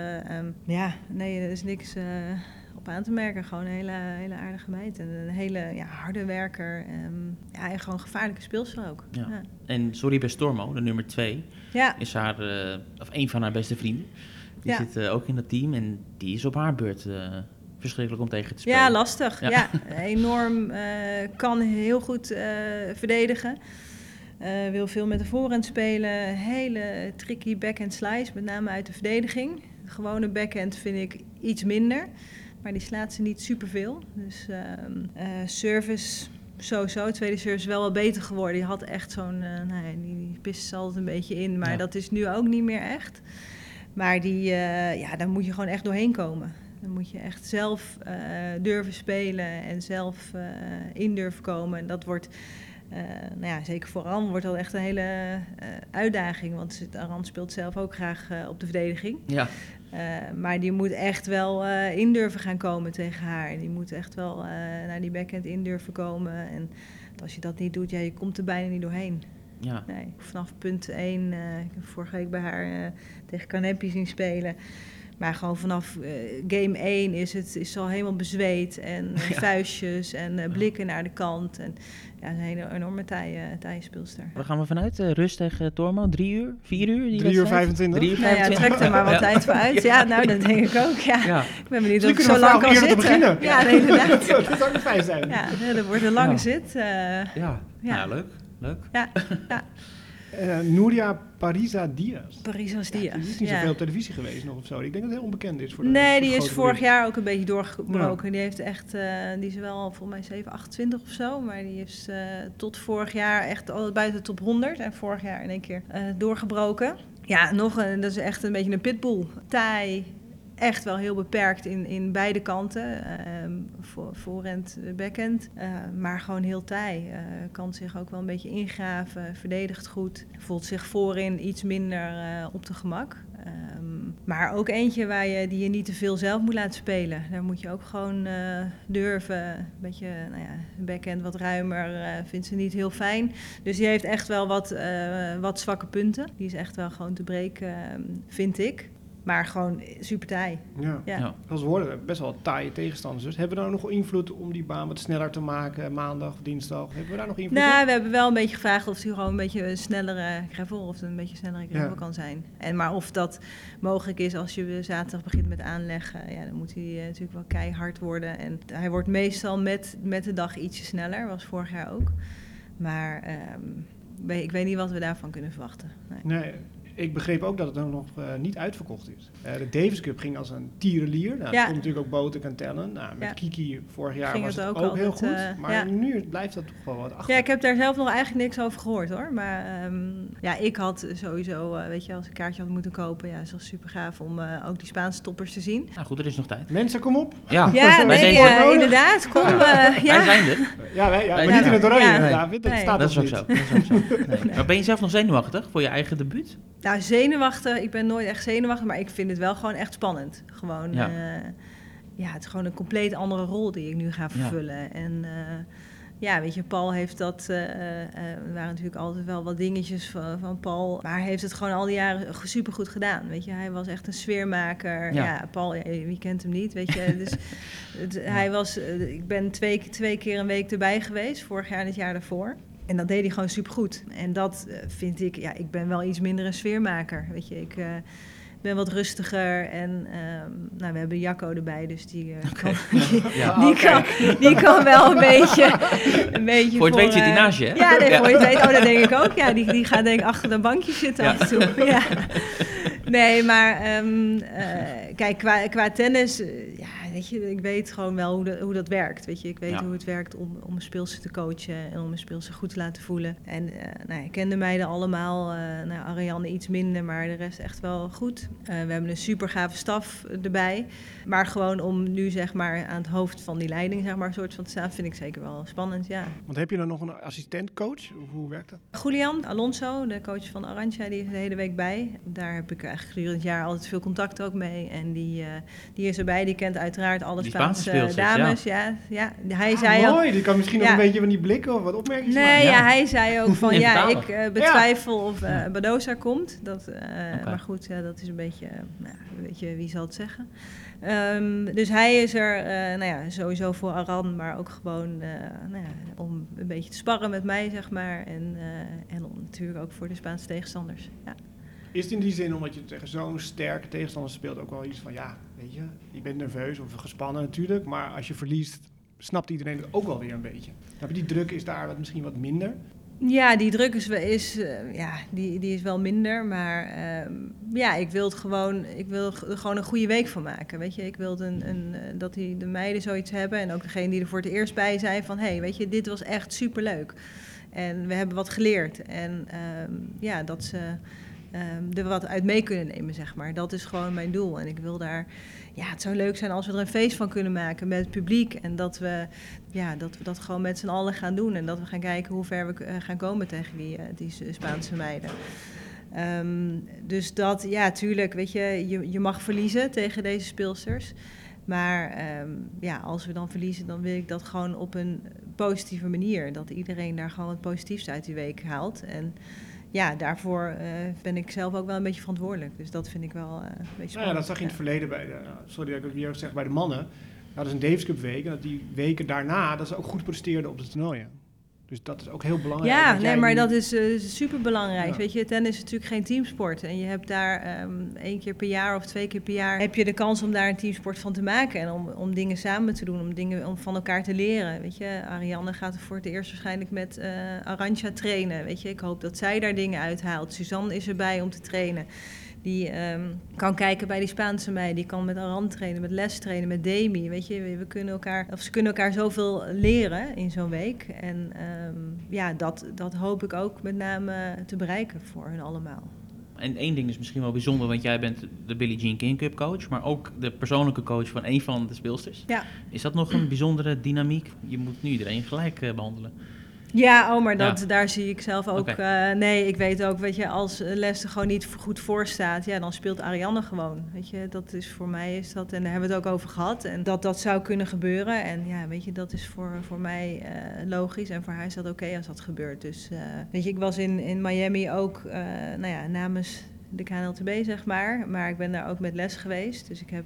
Er is niks op aan te merken. Gewoon een hele aardige meid. En een hele harde werker. En gewoon gevaarlijke speelster ook. Ja. Ja. En Sorribes Tormo, de nummer 2, is haar, of een van haar beste vrienden. Die zit ook in dat team en die is op haar beurt verschrikkelijk om tegen te spelen. Ja, lastig. Ja. Enorm. Kan heel goed verdedigen. Wil veel met de voorhand spelen. Hele tricky backhand slice, met name uit de verdediging. De gewone backhand vind ik iets minder. Maar die slaat ze niet superveel. Dus service... Sowieso, tweede service is wel wat beter geworden. Die had echt zo'n... die pist ze altijd een beetje in. Maar dat is nu ook niet meer echt. Maar daar moet je gewoon echt doorheen komen. Dan moet je echt zelf durven spelen en zelf in durven komen. En dat wordt, zeker voor Aran wordt dat echt een hele uitdaging. Want Aran speelt zelf ook graag op de verdediging. Ja. Maar die moet echt wel in durven gaan komen tegen haar. Die moet echt wel naar die backhand in durven komen. En als je dat niet doet, je komt er bijna niet doorheen. Ja. Nee, vanaf punt 1, ik heb vorige week bij haar tegen Kanepi zien spelen. Maar gewoon vanaf game 1 is al helemaal bezweet en vuistjes en blikken naar de kant. En een hele enorme taaie speelster. Waar gaan we vanuit? Rust tegen Tormo? 3 uur? 4 uur? 3 uur 25. 3 uur 25. Trek er maar wat tijd voor uit. Ja, dat denk ik ook. Ja. Ik ben benieuwd of ik zo lang kan zitten. Beginnen. Ja, nee, inderdaad. Dat zou ook fijn zijn. Ja, dat wordt een lange zit. Leuk. Ja. Núria Parisa Diaz. Parisa Diaz. Die is niet zoveel op televisie geweest nog of zo. Ik denk dat het heel onbekend is voor die is vorig jaar ook een beetje doorgebroken. Ja. Die heeft echt, die is wel volgens mij 728 of zo. Maar die is tot vorig jaar echt altijd buiten de top 100. En vorig jaar in één keer doorgebroken. Ja, dat is echt een beetje een pitbull. Taai. Echt wel heel beperkt in beide kanten, voorhand, backhand, maar gewoon heel taai. Kan zich ook wel een beetje ingraven, verdedigt goed, voelt zich voorin iets minder op de gemak. Maar ook eentje die je niet te veel zelf moet laten spelen. Daar moet je ook gewoon durven. Een beetje, backhand wat ruimer, vindt ze niet heel fijn. Dus die heeft echt wel wat zwakke punten. Die is echt wel gewoon te breken, vind ik. Maar gewoon super taai. Ja. Als we horen, best wel taaie tegenstanders. Dus hebben we daar nog invloed om die baan wat sneller te maken? Maandag of dinsdag? Hebben we daar nog invloed op? We hebben wel een beetje gevraagd of het gewoon een beetje een snellere gravel of het een beetje snellere gravel kan zijn. Maar of dat mogelijk is als je zaterdag begint met aanleggen, dan moet hij natuurlijk wel keihard worden. En hij wordt meestal met de dag ietsje sneller, was vorig jaar ook. Maar ik weet niet wat we daarvan kunnen verwachten. Nee. Ik begreep ook dat het nog niet uitverkocht is. De Davis Cup ging als een tierenlier. Nou, er komt natuurlijk ook Botek en Tellen. Nou, met Kiki vorig jaar was het ook heel goed. Maar nu blijft dat toch wel wat achter. Ja, ik heb daar zelf nog eigenlijk niks over gehoord hoor. Maar ik had sowieso, als ik een kaartje had moeten kopen, het was super gaaf om ook die Spaanse toppers te zien. Nou goed, er is nog tijd. Mensen, kom op. Ja, inderdaad. Kom. Wij zijn er. Wij niet in het oranje, David. Dat is ook zo. Nee. Maar ben je zelf nog zenuwachtig voor je eigen debuut? Nou, zenuwachtig. Ik ben nooit echt zenuwachtig, maar ik vind het wel gewoon echt spannend. Gewoon, het is gewoon een compleet andere rol die ik nu ga vervullen. Ja. En Paul heeft dat... er waren natuurlijk altijd wel wat dingetjes van Paul. Maar hij heeft het gewoon al die jaren supergoed gedaan. Hij was echt een sfeermaker. Ja, Paul, wie kent hem niet, weet je. Dus hij was... ik ben twee keer een week erbij geweest, vorig jaar en het jaar daarvoor. En dat deed hij gewoon supergoed. En dat vind ik... Ja, ik ben wel iets minder een sfeermaker, weet je. Ik ben wat rustiger en we hebben Jacco erbij, dus die kan wel een beetje voor het weet zit hij naast je, hè? Ja, voor je het weet, dat denk ik ook. Ja, die gaat denk ik achter de bankje zitten af en toe. Ja. Nee, maar kijk, qua tennis, weet je, ik weet gewoon wel hoe dat werkt. Weet je, ik weet hoe het werkt om een speelster te coachen en om een speelster goed te laten voelen. En ik ken de meiden allemaal, Arianne iets minder, maar de rest echt wel goed. We hebben een super gave staf erbij. Maar gewoon om nu zeg maar aan het hoofd van die leiding zeg maar soort van te staan, vind ik zeker wel spannend, ja. Want heb je dan nog een assistentcoach? Hoe werkt dat? Julian Alonso, de coach van Arantxa, die is de hele week bij. Daar heb ik eigenlijk gedurende het jaar altijd veel contact ook mee. En die is erbij, die kent uiteraard alle Spaanse dames. Ja. Hij zei mooi, die kan misschien nog een beetje van die blikken of wat opmerkingen maken. Nee, hij zei ook van ik betwijfel of Badosa komt. Maar goed, dat is een beetje, weet je, wie zal het zeggen. Dus hij is er sowieso voor Aran, maar ook gewoon om een beetje te sparren met mij, zeg maar. En natuurlijk ook voor de Spaanse tegenstanders. Ja. Is het in die zin, omdat je tegen zo'n sterke tegenstander speelt, ook wel iets van, weet je bent nerveus of gespannen natuurlijk, maar als je verliest, snapt iedereen het ook wel weer een beetje. Die druk is daar misschien wat minder. Ja, die druk die is wel minder, maar ik wil gewoon een goede week van maken, weet je. Ik wil dat de meiden zoiets hebben en ook degene die er voor het eerst bij zijn van, weet je, dit was echt superleuk. En we hebben wat geleerd en dat ze er wat uit mee kunnen nemen, zeg maar. Dat is gewoon mijn doel en ik wil daar... Ja, het zou leuk zijn als we er een feest van kunnen maken met het publiek. En dat we dat gewoon met z'n allen gaan doen. En dat we gaan kijken hoe ver we gaan komen tegen die Spaanse meiden. Dus dat, tuurlijk, weet je mag verliezen tegen deze speelsters. Maar als we dan verliezen, dan wil ik dat gewoon op een positieve manier. Dat iedereen daar gewoon het positiefste uit die week haalt. En... Ja, daarvoor ben ik zelf ook wel een beetje verantwoordelijk. Dus dat vind ik wel een beetje spannend. Dat zag je in het verleden sorry dat ik het weer zeg, bij de mannen. Dat is een Davis Cup week. En dat die weken daarna, dat ze ook goed presteerden op de toernooien. Dus dat is ook heel belangrijk. Ja, maar dat is super belangrijk. Ja. Weet je, tennis is natuurlijk geen teamsport. En je hebt daar 1 keer per jaar of 2 keer per jaar... heb je de kans om daar een teamsport van te maken. En om dingen samen te doen, om van elkaar te leren. Weet je, Arianne gaat voor het eerst waarschijnlijk met Arantxa trainen. Weet je, ik hoop dat zij daar dingen uithaalt. Suzanne is erbij om te trainen. Die kan kijken bij die Spaanse meiden. Die kan met Aran trainen, met Les trainen, met Demi. Weet je, ze kunnen elkaar zoveel leren in zo'n week. En dat hoop ik ook met name te bereiken voor hun allemaal. En 1 ding is misschien wel bijzonder, want jij bent de Billie Jean King Cup coach, maar ook de persoonlijke coach van 1 van de speelsters. Ja. Is dat nog een bijzondere dynamiek? Je moet nu iedereen gelijk behandelen. Ja, maar daar zie ik zelf ook... Okay. Ik weet ook, weet je, als Les er gewoon niet goed voor staat, dan speelt Arianne gewoon. Weet je, dat is voor mij is dat, en daar hebben we het ook over gehad. En dat zou kunnen gebeuren. En weet je, dat is voor mij logisch. En voor haar is dat oké als dat gebeurt. Dus, weet je, ik was in Miami ook, namens de KNLTB, zeg maar. Maar ik ben daar ook met Les geweest. Dus ik heb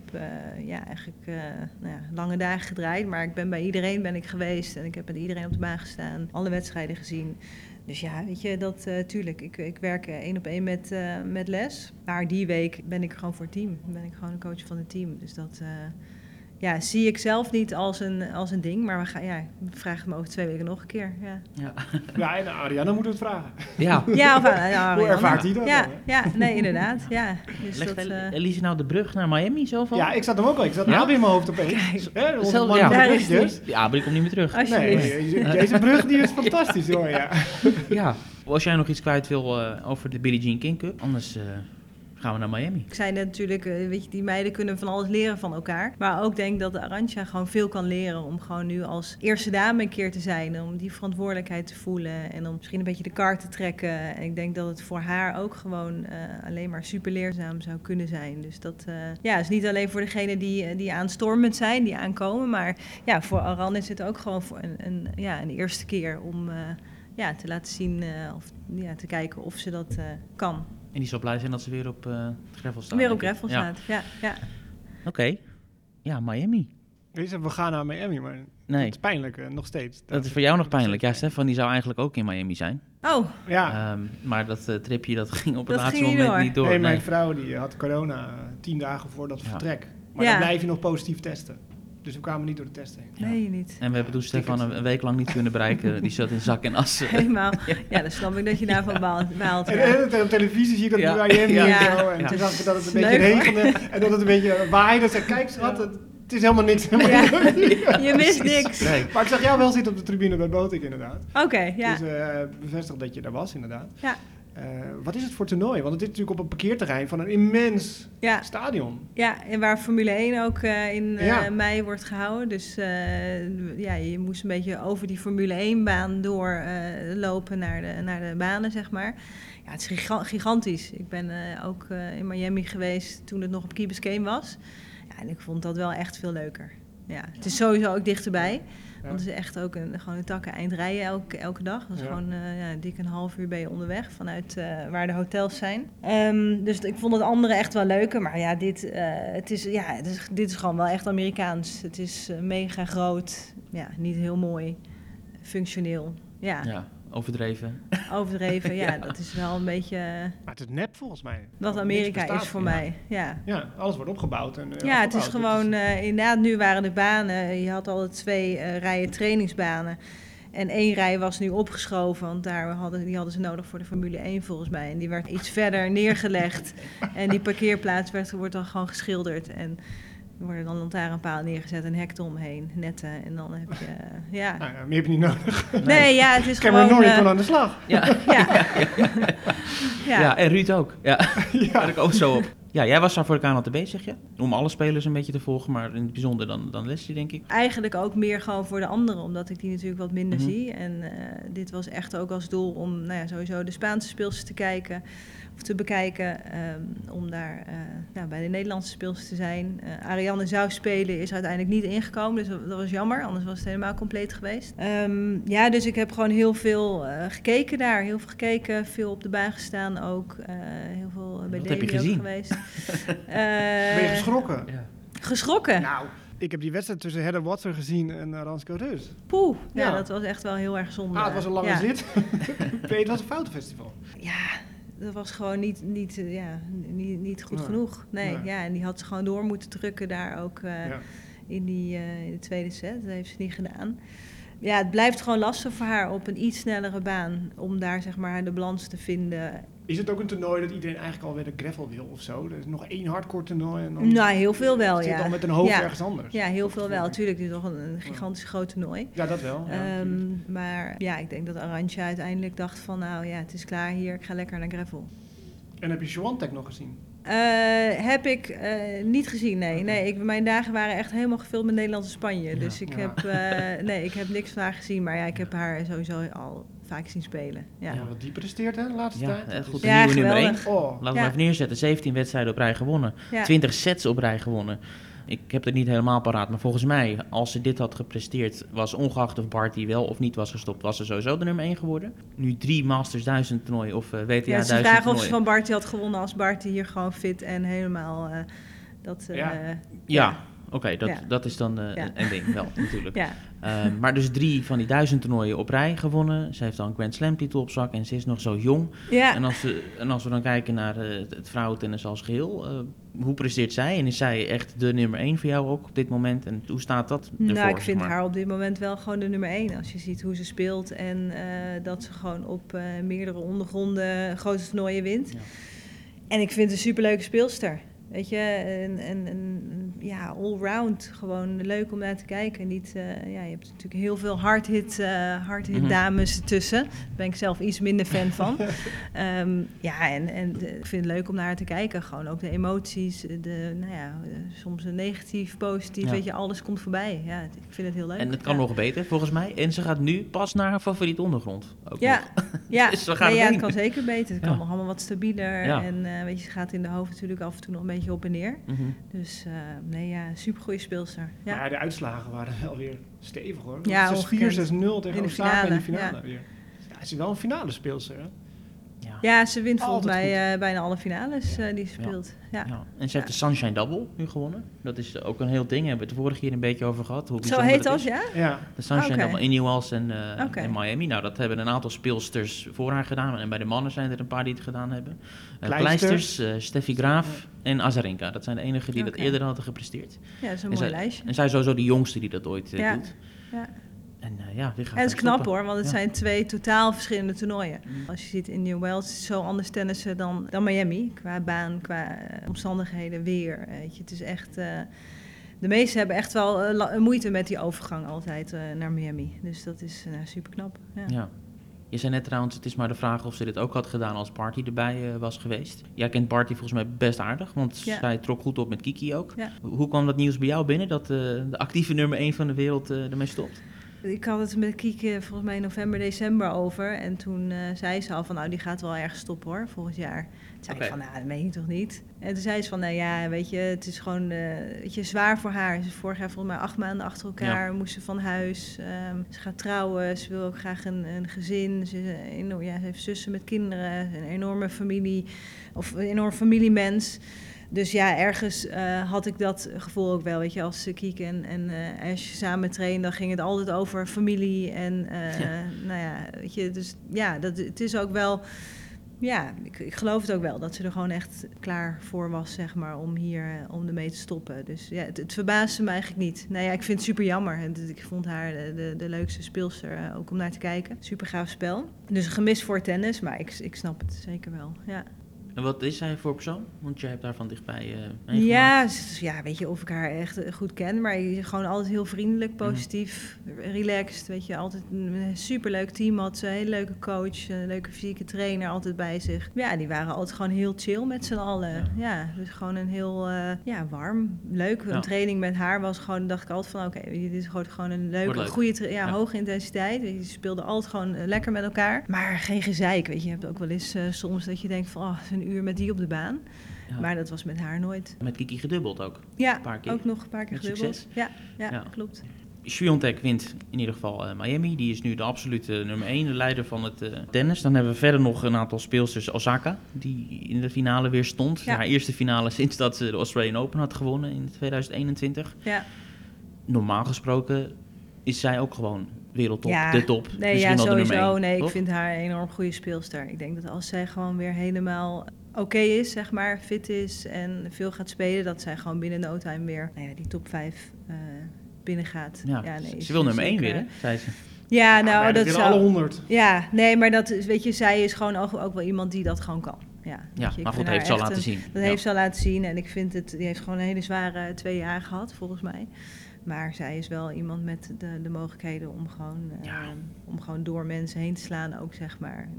lange dagen gedraaid. Maar bij iedereen geweest. En ik heb met iedereen op de baan gestaan. Alle wedstrijden gezien. Dus ja, weet je, tuurlijk. Ik werk 1 op 1 met Les. Maar die week ben ik gewoon voor het team. Ben ik gewoon een coach van het team. Dus dat... zie ik zelf niet als een ding. Maar we vragen me over 2 weken nog een keer. Ja, en Arianna moeten we het vragen. Ja, of Arianna. Hoe ervaart hij dat? Nee, inderdaad. Ja. Dus legt Elise nou de brug naar Miami zo van? Ja, ik zat hem ook al. Ik zat hem in mijn hoofd opeens. Daar is het. Ja, maar ik kom niet meer terug. Nee, deze brug die is fantastisch hoor, Ja. Als jij nog iets kwijt wil over de Billie Jean King Cup, anders gaan we naar Miami. Ik zei net natuurlijk, die meiden kunnen van alles leren van elkaar. Maar ook denk dat de Arantxa gewoon veel kan leren om gewoon nu als eerste dame een keer te zijn. Om die verantwoordelijkheid te voelen en om misschien een beetje de kar te trekken. En ik denk dat het voor haar ook gewoon alleen maar super leerzaam zou kunnen zijn. Dus dat is niet alleen voor degenen die aanstormend zijn, die aankomen. Maar voor Aran is het ook gewoon voor een eerste keer om te laten zien te kijken of ze dat kan. En die zal blij zijn dat ze weer op gravel staat. Weer op gravel staat, ja. Oké. Ja, Miami. We gaan naar Miami, maar het is pijnlijk nog steeds. Dat is voor jou nog pijnlijk. Ja, Stefan die zou eigenlijk ook in Miami zijn. Oh. Ja. Maar dat tripje dat ging op het laatste moment niet door. Nee, mijn vrouw die had corona 10 dagen voordat we vertrek. Maar dan blijf je nog positief testen. Dus we kwamen niet door de testen heen. Nee, niet. En we hebben toen Stefan een week lang niet kunnen bereiken. Die zat in zak en as. Helemaal. Ja, dan snap ik dat je daarvan baalt. En op televisie zie ik dat Miami en zo. En toen zag ik dat het een beetje regende. En dat het een beetje waaide. Ik zei, kijk schat, het is helemaal niks. Je mist niks. Nee. Maar ik zag jou wel zitten op de tribune bij Botik inderdaad. Oké, ja. Dus bevestigd dat je daar was inderdaad. Ja. Wat is het voor toernooi? Want het is natuurlijk op een parkeerterrein van een immens stadion. Ja, en waar Formule 1 ook in mei wordt gehouden. Dus je moest een beetje over die Formule 1-baan doorlopen naar de banen, zeg maar. Ja, het is gigantisch. Ik ben ook in Miami geweest toen het nog op Key Biscayne was. Ja, en ik vond dat wel echt veel leuker. Ja, het is sowieso ook dichterbij. Want het is echt ook gewoon een takken eind rijden elke dag. Dat is gewoon dik een half uur ben je onderweg vanuit waar de hotels zijn. Dus ik vond het andere echt wel leuker. Maar ja, dit is gewoon wel echt Amerikaans. Het is mega groot. Ja, niet heel mooi. Functioneel. Ja. Overdreven. Overdreven, dat is wel een beetje... Maar het is nep volgens mij. Wat Amerika is voor mij, Ja, alles wordt opgebouwd. En, het is gewoon... inderdaad, nu waren de banen... Je had al 2 rijen trainingsbanen. En 1 rij was nu opgeschoven, want die hadden ze nodig voor de Formule 1 volgens mij. En die werd iets verder neergelegd. En die parkeerplaats wordt dan gewoon geschilderd. En er worden dan lantaarnpaal neergezet, een hek eromheen, netten. En dan heb je... Nou ja, meer heb je niet nodig. Nee, het is gewoon... Cameron Norrie kon aan de slag. Ja, en Ruud ook. Ja, daar kom ik zo op. Ja, jij was daar voor de KNLTB, zeg je? Om alle spelers een beetje te volgen, maar in het bijzonder dan Leslie, denk ik. Eigenlijk ook meer gewoon voor de anderen, omdat ik die natuurlijk wat minder zie. En dit was echt ook als doel om sowieso de Spaanse speelsters te kijken of te bekijken. Om daar bij de Nederlandse speelsters te zijn. Arianne zou spelen, is uiteindelijk niet ingekomen, dus dat was jammer. Anders was het helemaal compleet geweest. Dus ik heb gewoon heel veel gekeken daar. Heel veel gekeken, veel op de baan gestaan ook. Heel veel bij Davy ook geweest. Ben je geschrokken? Ja. Geschrokken? Nou, ik heb die wedstrijd tussen Heather Watson gezien en Ransko Reus. Poeh, dat was echt wel heel erg zonde. Het was een lange zit. Het was een foutenfestival. Ja, dat was gewoon niet goed genoeg. Nee. Ja, en die had ze gewoon door moeten drukken daar ook in de tweede set. Dat heeft ze niet gedaan. Ja, het blijft gewoon lastig voor haar op een iets snellere baan om daar zeg maar de balans te vinden. Is het ook een toernooi dat iedereen eigenlijk alweer de gravel wil of zo? Er is nog 1 hardcore toernooi en dan... heel veel wel, zit dan met een hoofd ergens anders. Ja, heel veel wel. Tuurlijk, dit is toch een gigantisch groot toernooi. Ja, dat wel. Maar ik denk dat Arantxa uiteindelijk dacht van... het is klaar hier, ik ga lekker naar gravel. En heb je Swiatek nog gezien? Heb ik niet gezien, nee. Nee, mijn dagen waren echt helemaal gevuld met Nederlandse Spanje. Ja, dus ik heb niks van haar gezien. Maar ik heb haar sowieso al vaak zien spelen. Ja, wat die presteert hè, de laatste tijd. Goed, de nieuwe nummer 1. Laten we even neerzetten. 17 wedstrijden op rij gewonnen. 20 sets op rij gewonnen. Ik heb het niet helemaal paraat, maar volgens mij, als ze dit had gepresteerd, was ongeacht of Barty wel of niet was gestopt, was ze sowieso de nummer 1 geworden. Nu 3 Masters 1000 toernooi of WTA 1000 toernooi. Ze vragen of ze van Barty had gewonnen als Barty hier gewoon fit en helemaal Oké, dat is dan een ding wel, natuurlijk. Ja. Maar dus 3 van die 1000 toernooien op rij gewonnen. Ze heeft dan een Grand Slam titel op zak en ze is nog zo jong. Ja. En als we dan kijken naar het vrouwentennis als geheel, hoe presteert zij? En is zij echt de nummer 1 voor jou ook op dit moment? En hoe staat dat ervoor? Nou, ik vind haar op dit moment wel gewoon de nummer 1. Als je ziet hoe ze speelt en dat ze gewoon op meerdere ondergronden grote toernooien wint. Ja. En ik vind het een superleuke speelster. Weet je, en allround gewoon leuk om naar te kijken. Niet, je hebt natuurlijk heel veel hardhit dames tussen. Daar ben ik zelf iets minder fan van. Ik vind het leuk om naar haar te kijken. Gewoon ook de emoties, soms een negatief, positief, weet je, alles komt voorbij. Ja, ik vind het heel leuk. En het kan nog beter, volgens mij. En ze gaat nu pas naar haar favoriete ondergrond. Ook nog. Dus het kan zeker beter. Het kan nog allemaal wat stabieler. Ja. En weet je, ze gaat in de hoofd natuurlijk af en toe nog een beetje op en neer. Mm-hmm. Dus supergoeie speelster. Ja. Maar de uitslagen waren wel weer stevig hoor. 6-4, 6-0 tegen Osaka in de finale weer. Ja, ze is wel een finale speelster hè? Ja, ze wint volgens mij bijna alle finales die ze speelt. Ja. En ze heeft de Sunshine Double nu gewonnen. Dat is ook een heel ding. Daar hebben we het de vorige keer een beetje over gehad. Hoe zo heet dat, ja? De Sunshine Double in Newells en Miami. Nou, dat hebben een aantal speelsters voor haar gedaan. En bij de mannen zijn er een paar die het gedaan hebben. Kleisters, Steffi Graaf en Azarenka. Dat zijn de enigen die dat eerder hadden gepresteerd. Ja, dat is een mooi lijstje. En zij is sowieso de jongste die dat ooit doet. Ja. En het is knap hoor, want het zijn 2 totaal verschillende toernooien. Als je ziet in Newells, zo anders tennissen dan Miami. Qua baan, qua omstandigheden, weer. Weet je, het is echt... de meesten hebben echt wel moeite met die overgang altijd naar Miami. Dus dat is super knap. Ja. Je zei net trouwens, het is maar de vraag of ze dit ook had gedaan als Barty erbij was geweest. Jij kent Barty volgens mij best aardig, want zij trok goed op met Kiki ook. Ja. Hoe kwam dat nieuws bij jou binnen, dat de actieve nummer 1 van de wereld ermee stopt? Ik had het met Kieke volgens mij in november, december over. En toen zei ze al van, die gaat wel ergens stoppen hoor, volgend jaar. Toen zei ik van, dat meen je toch niet? En toen zei ze van, weet je, het is gewoon zwaar voor haar. Ze is vorig jaar volgens mij 8 maanden achter elkaar, moest ze van huis. Ze gaat trouwen, ze wil ook graag een gezin. Ze heeft zussen met kinderen, een enorme familie, of een enorm familiemens. Dus ja, ergens had ik dat gevoel ook wel, weet je, als Kieke en als je samen traint, dan ging het altijd over familie en weet je, dus ja, het is ook wel, ja, ik geloof het ook wel, dat ze er gewoon echt klaar voor was, zeg maar, om ermee te stoppen. Dus ja, het verbaasde me eigenlijk niet. Nou ja, ik vind het super jammer. Ik vond haar de leukste speelster, ook om naar te kijken. Super gaaf spel. Dus een gemis voor tennis, maar ik snap het zeker wel, ja. En wat is zij voor persoon? Want jij hebt daar van dichtbij meegemaakt. Ja, weet je of ik haar echt goed ken. Maar gewoon altijd heel vriendelijk, positief, relaxed. Weet je, altijd een superleuk team had ze. Een hele leuke coach, een leuke fysieke trainer altijd bij zich. Ja, die waren altijd gewoon heel chill met z'n allen. Ja, dus gewoon een heel warm, leuk. Een training met haar was gewoon, dacht ik altijd van oké, dit is gewoon een leuke, goede, hoge intensiteit. Weet je, ze speelden altijd gewoon lekker met elkaar. Maar geen gezeik, weet je. Je hebt ook wel eens soms dat je denkt van, een uur met die op de baan. Ja. Maar dat was met haar nooit. Met Kiki gedubbeld ook? Ja, een paar keer. Ook nog een paar keer gedubbeld. Succes. Ja, klopt. Swiatek wint in ieder geval Miami. Die is nu de absolute nummer 1, de leider van het tennis. Dan hebben we verder nog een aantal speelsters. Osaka, die in de finale weer stond. Ja. Haar eerste finale sinds dat ze de Australian Open had gewonnen in 2021. Ja. Normaal gesproken is zij ook gewoon wereldtop, de top. Nee, sowieso. Nee, ik vind haar een enorm goede speelster. Ik denk dat als zij gewoon weer helemaal oké is, zeg maar, fit is en veel gaat spelen, dat zij gewoon binnen no time weer die top 5 binnen gaat. Ja, ze wil nummer 1 winnen, zei ze. Ja, nou, dat zou... alle 100. Ja, nee, maar dat is, weet je, zij is gewoon ook wel iemand die dat gewoon kan. Ja, maar goed, dat heeft ze al laten zien. Dat heeft ze al laten zien en ik vind die heeft gewoon een hele zware 2 jaar gehad, volgens mij. Maar zij is wel iemand met de mogelijkheden om gewoon door mensen heen te slaan ook, zeg maar.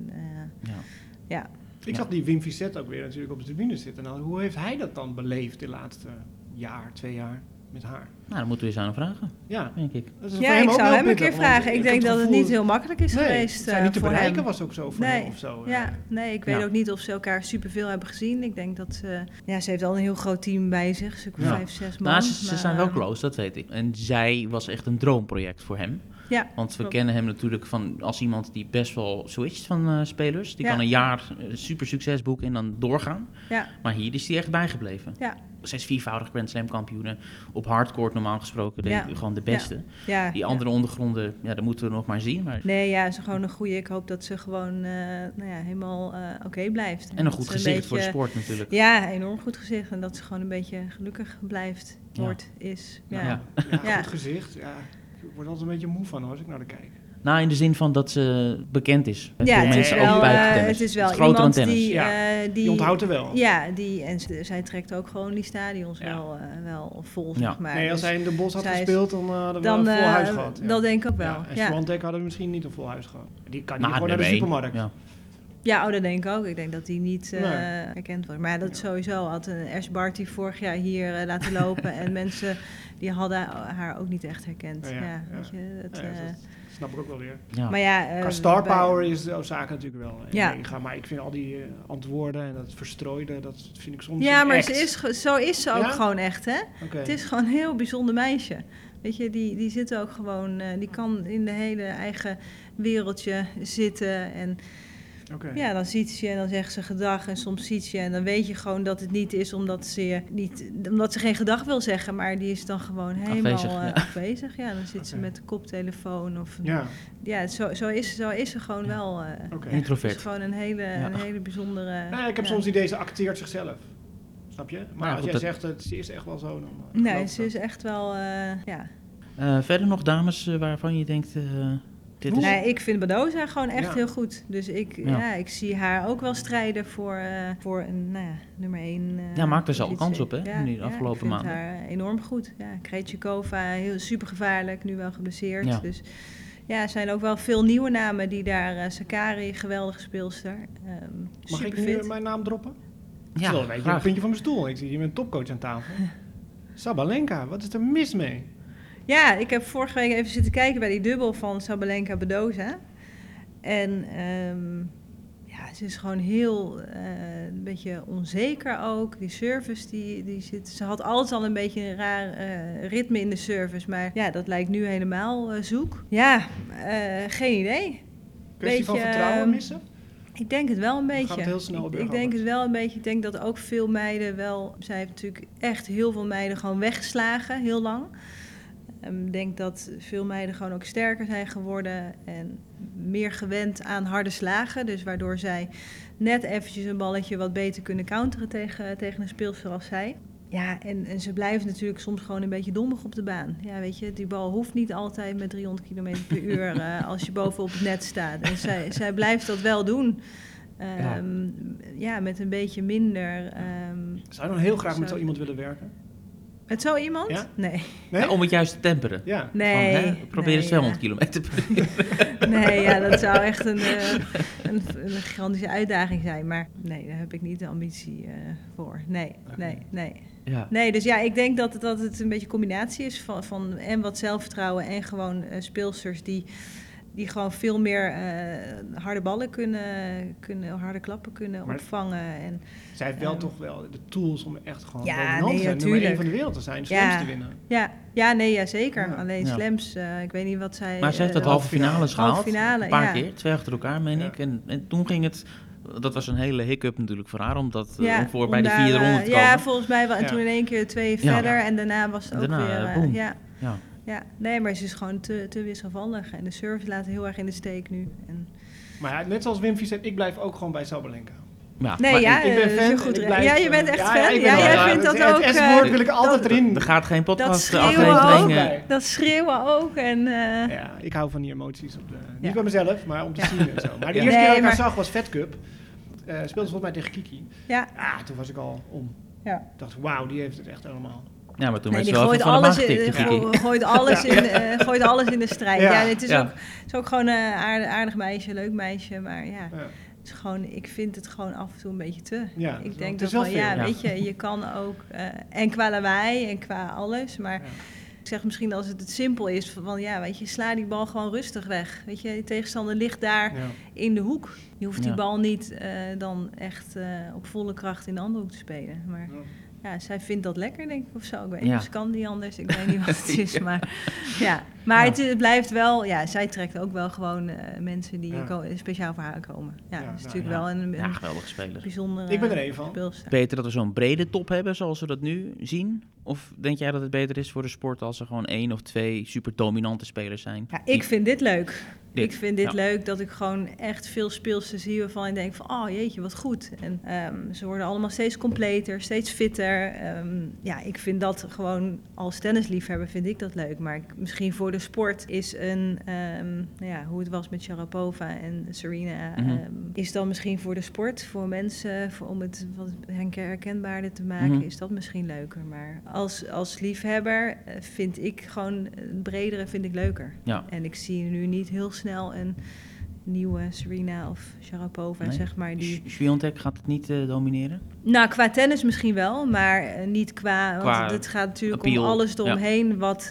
Ik zag die Wim Fissette ook weer natuurlijk op de tribune zitten. Nou, hoe heeft hij dat dan beleefd de laatste 2 jaar met haar? Nou, dan moeten we eens aan hem vragen, denk ik. Ik zou hem een keer vragen. Ik denk dat het niet heel makkelijk is geweest voor hem. Niet te bereiken was ook zo voor hem of zo. Ik weet ook niet of ze elkaar superveel hebben gezien. Ik denk dat ze heeft al een heel groot team bij zich. Dus 5, 6 man. Ze zijn wel close, dat weet ik. En zij was echt een droomproject voor hem. Ja, Want we kennen hem natuurlijk als iemand die best wel switcht van spelers. Die kan een jaar super succes boeken en dan doorgaan. Ja. Maar hier is hij echt bijgebleven. Ja. 6 viervoudig Grand Slam kampioenen. Op hardcourt normaal gesproken gewoon de beste. Ja. Die andere ondergronden, dat moeten we nog maar zien. Maar... Nee, ja, ze gewoon een goede. Ik hoop dat ze gewoon helemaal oké blijft. En een goed gezicht voor de sport natuurlijk. Ja, enorm goed gezicht. En dat ze gewoon een beetje gelukkig blijft, is. Ja. Goed gezicht. Ja. Ik word altijd een beetje moe van als ik naar de kijk. Nou, in de zin van dat ze bekend is. Ja, het is wel groter iemand dan tennis. die onthoudt er wel. Ja, en zij trekt ook gewoon die stadions wel vol, zeg maar. Nee, als hij in de Bos had gespeeld, dan hadden we een vol huis gehad. Dat denk ik ook wel. En Swiatek hadden we misschien niet een vol huis gehad. Die kan niet gewoon naar de supermarkt. Ja, dat denk ik ook. Ik denk dat die niet herkend wordt. Maar dat sowieso had een Ash Barty vorig jaar hier laten lopen. En mensen die hadden haar ook niet echt herkend. Weet je, dat snap ik ook wel weer. Ja. Maar qua star power is de Osaka natuurlijk wel. Maar ik vind al die antwoorden en dat verstrooide, dat vind ik soms maar echt. zo is ze ook gewoon echt, hè? Okay. Het is gewoon een heel bijzonder meisje. Weet je, die zit ook gewoon, die kan in de hele eigen wereldje zitten en... Ja, dan ziet ze je en dan zegt ze gedag en soms ziet je en dan weet je gewoon dat het niet is omdat ze geen gedag wil zeggen, maar die is dan gewoon helemaal afwezig. Ja, dan zit ze met de koptelefoon of zo is ze gewoon wel. Introvert. Het is gewoon een hele bijzondere. Ik heb soms idee, ze acteert zichzelf. Snap je? Maar als jij zegt ze is echt wel zo, dan. Nee, ze is echt wel. Verder nog dames waarvan je denkt. Nee, ik vind Badosa gewoon echt heel goed. Dus ik zie haar ook wel strijden voor een nummer 1. Maakt er zelf kans op, hè? Nu de afgelopen maanden. Ik vind haar enorm goed. Ja, Krejcikova, heel super gevaarlijk, nu wel geblesseerd. Ja. Dus er zijn ook wel veel nieuwe namen die daar... Sakari, geweldige speelster. Mag ik nu mijn naam droppen? Ja, een beetje een puntje van mijn stoel. Ik zie hier met een topcoach aan tafel. Sabalenka, wat is er mis mee? Ja, ik heb vorige week even zitten kijken bij die dubbel van Sabalenka-Badosa. En ze is gewoon heel een beetje onzeker ook. Die service die zit... Ze had altijd al een beetje een raar ritme in de service. Maar dat lijkt nu helemaal zoek. Ja, geen idee. Kwestie van vertrouwen missen? Ik denk het wel een beetje. Gaat het heel snel ik denk het wel een beetje. Ik denk dat ook veel meiden wel... Zij heeft natuurlijk echt heel veel meiden gewoon weggeslagen, heel lang. Ik denk dat veel meiden gewoon ook sterker zijn geworden en meer gewend aan harde slagen. Dus waardoor zij net eventjes een balletje wat beter kunnen counteren tegen een speelster als zij. Ja, en ze blijven natuurlijk soms gewoon een beetje dommig op de baan. Ja, weet je, die bal hoeft niet altijd met 300 km per uur als je bovenop het net staat. En zij blijft dat wel doen. Met een beetje minder... Zou je dan heel graag met zo iemand willen werken? Met zo iemand? Ja? Nee. Ja, om het juist te temperen. Ja. Nee. Probeer eens 200 kilometer per uur. Nee, dat zou echt een gigantische uitdaging zijn. Maar nee, daar heb ik niet de ambitie voor. Nee. Ja. Nee, dus ik denk dat het een beetje een combinatie is van en wat zelfvertrouwen en gewoon speelsters die gewoon veel meer harde ballen harde klappen kunnen opvangen. En, zij heeft wel toch wel de tools om echt gewoon nummer 1 van de wereld te zijn, slams te winnen. Zeker. Alleen slams, ik weet niet wat zij... Maar ze heeft het halve finales gehaald, een paar keer, 2 achter elkaar, meen ik. En toen ging het... Dat was een hele hiccup natuurlijk voor haar, omdat bij de 4e ronde te komen. Ja, volgens mij wel. En toen in één keer 2 verder en daarna was het ook weer... Ja, nee, maar ze is gewoon te wisselvallig. En de service laat heel erg in de steek nu. Maar net zoals Wim zei, ik blijf ook gewoon bij Sabalenka. Ja, ik ben fan. Je bent echt fan. Jij vindt dat ook. Het S-woord wil ik altijd erin. Er gaat geen podcast aflevering. Dat schreeuwen ook. En, ik hou van die emoties. Niet bij mezelf, maar om te zien en zo. Maar de eerste keer dat ik haar zag was Fed Cup. Speelde volgens mij tegen Kiki. Ja. Toen was ik al om. Ja. Ik dacht, wauw, die heeft het echt helemaal... Ja, maar toen werd ze wel even van de maag getikt. Gooit alles in de strijd. Ja, het is ook gewoon een aardig meisje, leuk meisje. Maar het is gewoon, ik vind het gewoon af en toe een beetje te. Ja, ik denk dat van, weet je kan ook... en qua lawaai en qua alles, maar... Ik zeg misschien als het simpel is, van weet je, sla die bal gewoon rustig weg. Weet je, tegenstander ligt daar in de hoek. Je hoeft die bal niet dan echt op volle kracht in de andere hoek te spelen. Maar zij vindt dat lekker, denk ik, of zo. Ik weet niet, ze kan die anders. Ik weet niet wat het is, maar Maar het blijft wel... Ja, zij trekt ook wel gewoon mensen die speciaal voor haar komen. Ja, dat is natuurlijk wel een geweldige speler. Bijzondere ik ben er één van. speelster. Beter dat we zo'n brede top hebben, zoals we dat nu zien? Of denk jij dat het beter is voor de sport als er gewoon 1 of 2 super dominante spelers zijn? Ja, ik vind dit leuk. Ik vind dit leuk dat ik gewoon echt veel speelsters zie waarvan ik denk van, oh jeetje, wat goed. En ze worden allemaal steeds completer, steeds fitter. Ik vind dat gewoon als tennisliefhebber vind ik dat leuk. Maar misschien voor de sport is hoe het was met Sharapova en Serena, is dan misschien voor de sport, voor mensen, om het wat herkenbaarder te maken, is dat misschien leuker. Maar als liefhebber vind ik gewoon het bredere vind ik leuker. Ja. En ik zie nu niet heel snel een nieuwe Serena of Sharapova, zeg maar. Swiatek gaat het niet domineren? Nou, qua tennis misschien wel, maar niet want het gaat natuurlijk appeal, om alles eromheen wat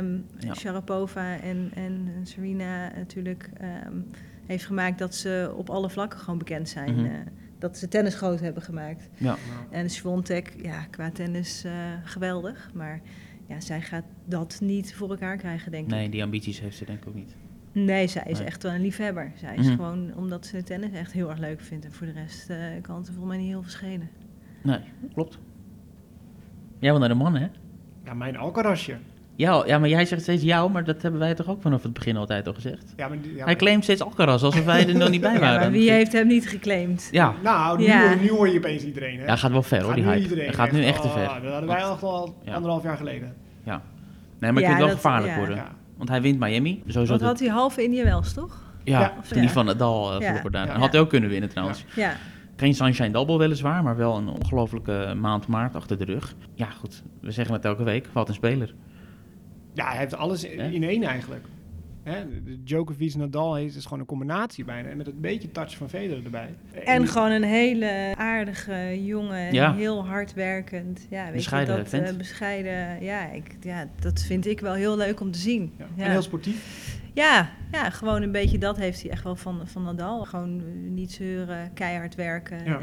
Sharapova en Serena natuurlijk heeft gemaakt dat ze op alle vlakken gewoon bekend zijn. Dat ze tennis groot hebben gemaakt. Ja. En Swiatek, qua tennis geweldig, maar zij gaat dat niet voor elkaar krijgen, denk ik. Nee, die ambities heeft ze denk ik ook niet. Nee, zij is echt wel een liefhebber. Zij is gewoon, omdat ze tennis echt heel erg leuk vindt. En voor de rest kan het er volgens mij niet heel veel schelen. Nee, klopt. Jij wil naar de man, hè? Ja, mijn Alcarazje. Ja, maar jij zegt steeds jou, maar dat hebben wij toch ook vanaf het begin altijd al gezegd? Hij claimt steeds Alcaraz, alsof wij er nog niet bij waren. Maar wie heeft hem niet geclaimd? Ja. Nou, nu hoor je opeens iedereen, hè? Ja, gaat wel ver, hoor, die hype. Hij gaat nu echt te ver. Dat hadden wij al 1,5 jaar geleden. Ja. Nee, maar het kunt wel gevaarlijk worden. Ja. Want hij wint Miami. Want had hij halve Indië Wells, toch? Ja, toen die van Nadal vroeger daar. Had hij ook kunnen winnen trouwens. Ja. Geen Sunshine Double weliswaar, maar wel een ongelofelijke maand maart achter de rug. Ja, goed. We zeggen het elke week. Wat een speler. Ja, hij heeft alles in één eigenlijk. Djokovic, Nadal is gewoon een combinatie bijna. En met een beetje touch van Federer erbij. En gewoon een hele aardige jongen. Heel hardwerkend. Ja, weet bescheiden je, dat bescheiden. Dat vind ik wel heel leuk om te zien. Ja. En heel sportief. Ja, gewoon een beetje dat heeft hij echt wel van Nadal. Gewoon niet zeuren, keihard werken. Ja.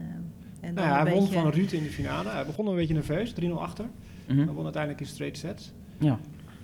En dan hij won van Ruud in de finale. Hij begon een beetje nerveus, 3-0 achter. Hij won uiteindelijk in straight sets. Ja.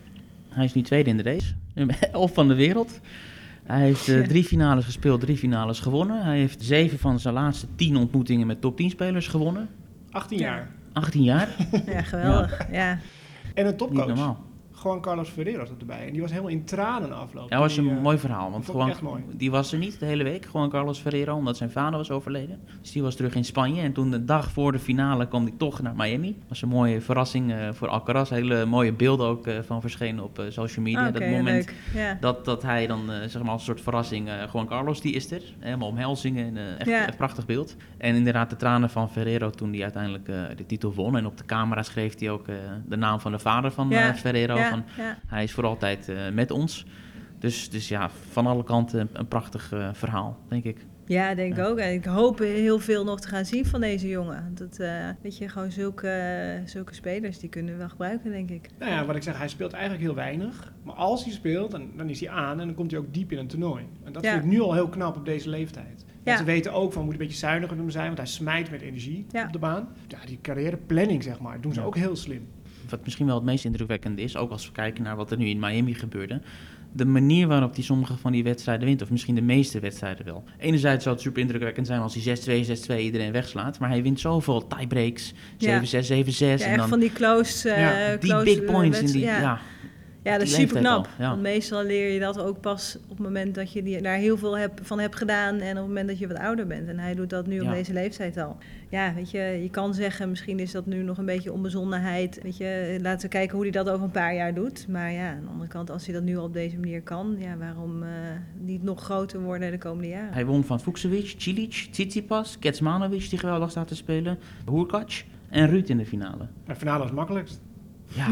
Hij is nu tweede in de race. Of van de wereld. Hij heeft 3 finales gespeeld, 3 finales gewonnen. Hij heeft 7 van zijn laatste 10 ontmoetingen met top 10 spelers gewonnen. 18 jaar. 18 jaar? Ja, geweldig. Ja. En een topcoach. Niet normaal. Juan Carlos Ferrero zat erbij. En die was helemaal in tranen afloop. Ja, dat was een mooi verhaal. Want die was er niet de hele week, Juan Carlos Ferrero, omdat zijn vader was overleden. Dus die was terug in Spanje. En toen de dag voor de finale kwam hij toch naar Miami. Dat was een mooie verrassing voor Alcaraz. Hele mooie beelden ook van verschenen op social media. Okay, dat moment dat hij dan, zeg maar als een soort verrassing, Juan Carlos, die is er. Helemaal omhelzingen. Echt een prachtig beeld. En inderdaad de tranen van Ferrero toen hij uiteindelijk de titel won. En op de camera schreef hij ook de naam van de vader van Ferrero. Hij is voor altijd met ons. Dus ja, van alle kanten een prachtig verhaal, denk ik. Ja, denk ik ook. En ik hoop heel veel nog te gaan zien van deze jongen. Dat, weet je, gewoon zulke spelers, die kunnen we wel gebruiken, denk ik. Nou ja, wat ik zeg, hij speelt eigenlijk heel weinig. Maar als hij speelt, dan is hij aan en dan komt hij ook diep in een toernooi. En dat vind ik nu al heel knap op deze leeftijd. Ja. Ze weten ook van, moet een beetje zuiniger met hem zijn, want hij smijt met energie op de baan. Ja, die carrièreplanning, zeg maar, doen ze ook heel slim. Wat misschien wel het meest indrukwekkende is, ook als we kijken naar wat er nu in Miami gebeurde, de manier waarop hij sommige van die wedstrijden wint, of misschien de meeste wedstrijden wel. Enerzijds zou het super indrukwekkend zijn als hij 6-2 iedereen wegslaat, maar hij wint zoveel tiebreaks, 7-6, 7-6. Ja, en dan van die close die big points in die... Ja, dat is super knap. Ja. Want meestal leer je dat ook pas op het moment dat je daar heel veel van hebt gedaan en op het moment dat je wat ouder bent. En hij doet dat nu op deze leeftijd al. Ja, weet je kan zeggen, misschien is dat nu nog een beetje onbezonnenheid. Weet je, laten we kijken hoe hij dat over een paar jaar doet. Maar ja, aan de andere kant, als hij dat nu al op deze manier kan, waarom niet nog groter worden de komende jaren? Hij won van Fucsovic, Cilic, Tsitsipas, Kecmanovic, die geweldig staat te spelen, Hurkacz en Ruud in de finale. De finale was het makkelijkst. Ja.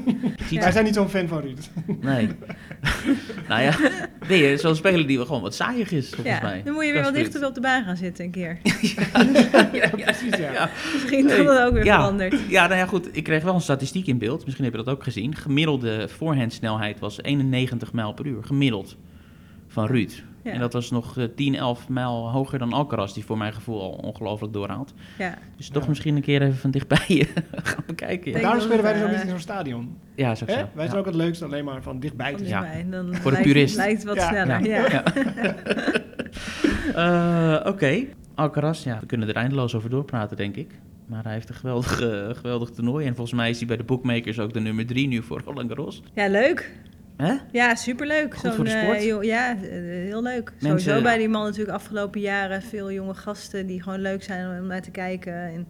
Wij zijn niet zo'n fan van Ruud. Nee. Nou ja, nee, zo'n speler die gewoon wat saaiig is, volgens mij. Dan moet je weer wat dichter op de baan gaan zitten een keer. Precies, ja. Misschien dat het ook weer veranderd. Ja, nou ja, goed. Ik kreeg wel een statistiek in beeld. Misschien heb je dat ook gezien. Gemiddelde voorhandsnelheid was 91 mijl per uur. Gemiddeld van Ruud. Ja. En dat was nog 10, 11 mijl hoger dan Alcaraz, die voor mijn gevoel al ongelooflijk doorhaalt. Ja. Dus toch misschien een keer even van dichtbij gaan bekijken. Ja. Daarom spelen wij dus ook niet in zo'n stadion. Ja, zo. Wij zijn ook het leukste alleen maar van dichtbij te zijn. Dan voor de purist. Lijkt wat sneller. Ja. Oké. Alcaraz, we kunnen er eindeloos over doorpraten, denk ik. Maar hij heeft een geweldig toernooi. En volgens mij is hij bij de bookmakers ook de nummer 3 nu voor Roland Garros. Ja, leuk. Hè? Ja, superleuk. Goed voor de sport. Heel leuk. Mensen, sowieso bij die man natuurlijk afgelopen jaren veel jonge gasten die gewoon leuk zijn om naar te kijken. En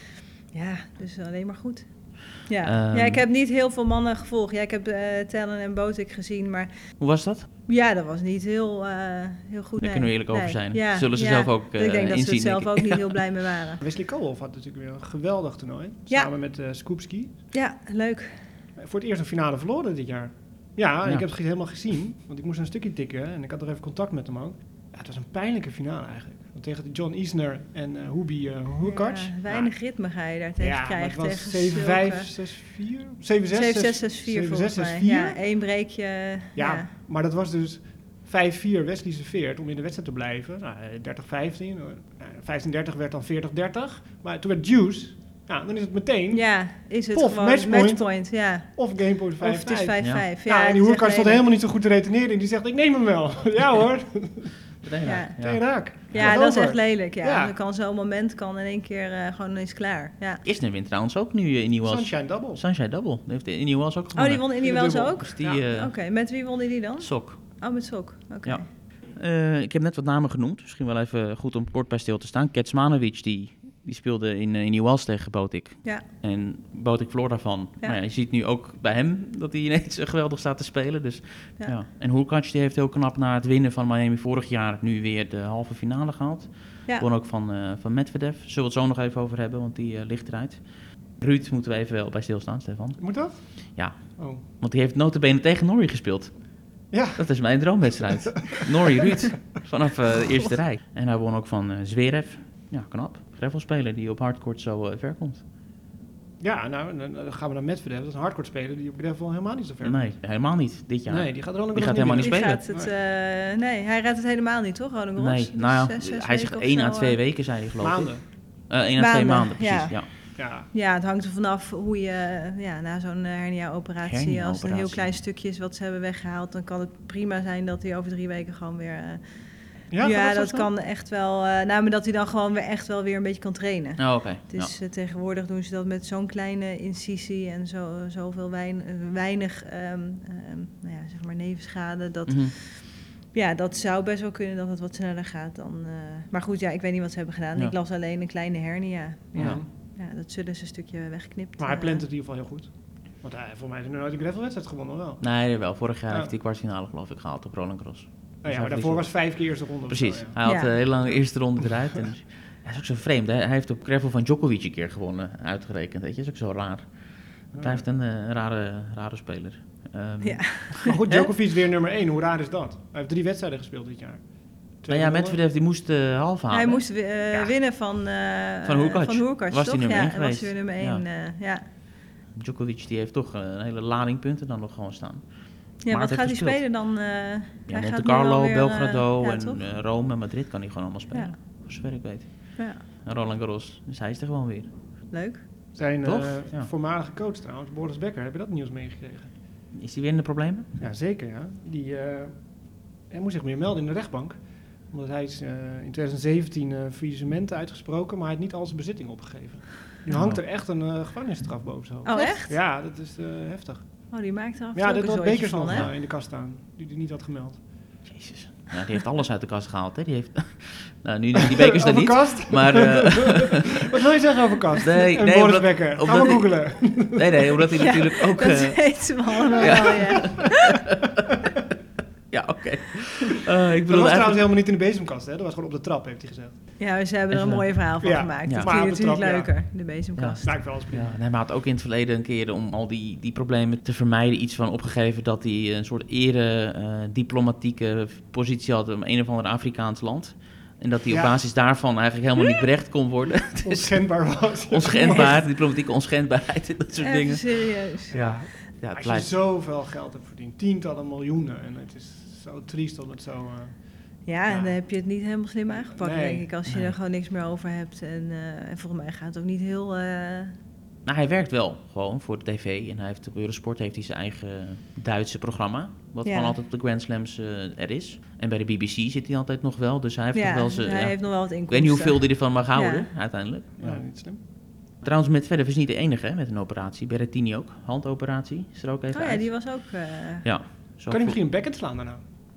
dus alleen maar goed. Ja. Ik heb niet heel veel mannen gevolgd. Ja, ik heb Tellen en Botic gezien, maar... Hoe was dat? Ja, dat was niet heel goed. Daar kunnen we eerlijk over zijn. Zullen ze zelf ook ik denk dat ze er zelf ook niet heel blij mee waren. Wesley Koolhof had natuurlijk weer een geweldig toernooi. Samen met Skupski. Ja, leuk. Voor het eerst een finale verloren dit jaar. Ja, ik heb het helemaal gezien. Want ik moest een stukje tikken en ik had er even contact met hem ook. Ja, het was een pijnlijke finale eigenlijk. Want tegen John Isner en Hubie Hurkacz. Ja, weinig ritme ga je daar tegen krijgen. Het was 7-5, 6-4. 7-6, 6-4. Ja, 1 breekje. Ja, maar dat was dus 5-4 Wesley serveert om in de wedstrijd te blijven. 30-15. 15-30 werd dan 40-30. Maar toen werd Deuce... Ja, dan is het meteen... Ja, is het gewoon matchpoint. Of gamepoint 5-5. Of het is 5-5. Ja, en die Hurkacz stond helemaal niet zo goed te redeneren. En die zegt, ik neem hem wel. Ja hoor. Meteen raak. Ja, dat is echt lelijk. Ja. Dan kan zo'n moment in één keer gewoon eens klaar. Ja. Isner wint trouwens ook nu in New Wells. Sunshine Double. Heeft in New Wells ook gewonnen. Die won in New Wells ook? Dus Oké, met wie won die dan? Sok. Oh, met Sok. Oké. Ja. Ik heb net wat namen genoemd. Misschien wel even goed om kort bij stil te staan. Kecmanovic, die speelde in New Wells tegen Botic. Ja. En Botic verloor daarvan. Ja. Maar je ziet nu ook bij hem dat hij ineens geweldig staat te spelen. Dus, En Hurkacz die heeft heel knap na het winnen van Miami vorig jaar nu weer de halve finale gehaald. Ja. Won ook van Medvedev. Zullen we het zo nog even over hebben, want die ligt eruit. Ruud moeten we even wel bij stilstaan, Stefan. Moet dat? Ja, want die heeft nota bene tegen Norrie gespeeld. Ja. Dat is mijn droomwedstrijd. Norrie Ruud, vanaf de eerste rij. En hij won ook van Zverev. Ja, knap. Gravelspeler die op hardcourt zo ver komt. Ja, nou, dan gaan we naar Medvedev. Dat is een hardcourt speler die op gravel helemaal niet zo ver komt. Nee, helemaal niet. Dit jaar. Nee, die gaat helemaal niet spelen. Hij redt het helemaal niet, toch? Roland Garros? Nee, nou ja, hij zegt 1 à 2 weken, zei hij geloof ik. Maanden. 1 à 2 maanden, precies, Ja, het hangt er vanaf hoe je na zo'n hernia-operatie, als het een heel klein stukje is wat ze hebben weggehaald, dan kan het prima zijn dat hij over 3 weken gewoon weer... dat kan echt wel. Maar dat hij dan gewoon weer echt wel weer een beetje kan trainen. Oh, oké. Dus tegenwoordig doen ze dat met zo'n kleine incisie en zoveel weinig zeg maar nevenschade. Dat, dat zou best wel kunnen dat het wat sneller gaat dan... Maar goed, ik weet niet wat ze hebben gedaan. Ja. Ik las alleen een kleine hernia. Ja, dat zullen ze een stukje wegknipt. Maar hij plant het in ieder geval heel goed. Want voor mij is er nooit een gravelwedstrijd gewonnen, wel? Nee, wel. Vorig jaar heeft hij kwartfinale geloof ik gehaald op Roland Garros. Maar daarvoor was 5 keer eerste ronde. Precies. Hij had een hele lange eerste ronde eruit. En hij is ook zo vreemd. Hè? Hij heeft op gravel van Djokovic een keer gewonnen, uitgerekend. Weet je, dat is ook zo raar. Hij blijft een rare speler. Maar goed, Djokovic weer nummer 1. Hoe raar is dat? Hij heeft 3 wedstrijden gespeeld dit jaar. Medvedev die moest half halen. Hij moest winnen van Hurkacz. Was hij nummer 1 geweest? Was hij nummer 1, Djokovic die heeft toch een hele lading punten dan nog gewoon staan. Ja, maar wat gaat hij spelen dan? Monte Carlo, Belgrado en Rome en Madrid kan hij gewoon allemaal spelen. Voor zover ik weet. Ja. En Roland Garros, dus hij is er gewoon weer. Leuk. Zijn voormalige coach trouwens, Boris Becker, heb je dat nieuws meegekregen? Is hij weer in de problemen? Ja, zeker. Ja. Hij moet zich meer melden in de rechtbank. Omdat hij is in 2017 faillissement uitgesproken, maar hij heeft niet al zijn bezitting opgegeven. Nu hangt er echt een gevangenisstraf boven zijn hoofd. Oh, echt? Ja, dat is heftig. Oh, die maakt er af. Ja, er had Bekers nog in de kast staan, die hij niet had gemeld. Jezus. Ja, die heeft alles uit de kast gehaald, hè? Die heeft... nou, nu die Bekers er niet. Kast? Maar... Wat wil je zeggen over kast? Nee, Boris Becker. Gaan we googelen. Nee, omdat hij natuurlijk ook... dat weten ze allemaal wel, Ja, oké. Dat was trouwens helemaal niet in de bezemkast, hè? Dat was gewoon op de trap, heeft hij gezegd. Ja, ze hebben er een mooi verhaal van gemaakt. Dat vind je natuurlijk leuker, de bezemkast. Ja, ik wel eens prima. Maar hij had ook in het verleden een keer, om al die problemen te vermijden, iets van opgegeven dat hij een soort diplomatieke positie had in een of ander Afrikaans land. En dat hij op basis daarvan eigenlijk helemaal niet berecht kon worden. Onschendbaar was. Onschendbaar, diplomatieke onschendbaarheid en dat soort dingen. Serieus. Ja, als je zoveel geld hebt verdiend, tientallen miljoenen. En het is zo triest om het zo... Ja, en dan heb je het niet helemaal slim aangepakt, denk ik. Als je er gewoon niks meer over hebt. En volgens mij gaat het ook niet heel... Nou, hij werkt wel gewoon voor de tv. En hij heeft op Eurosport heeft hij zijn eigen Duitse programma. Wat gewoon altijd op de Grand Slams er is. En bij de BBC zit hij altijd nog wel. Dus hij heeft nog wel zijn... hij heeft nog wel wat inkomsten. Ik weet niet hoeveel hij ervan mag houden, uiteindelijk. Ja, niet slim. Trouwens, Medvedev is niet de enige hè, met een operatie. Berrettini ook. Handoperatie is er ook even uit. Die was ook... Ja. Kan hij misschien een backhand slaan daarna?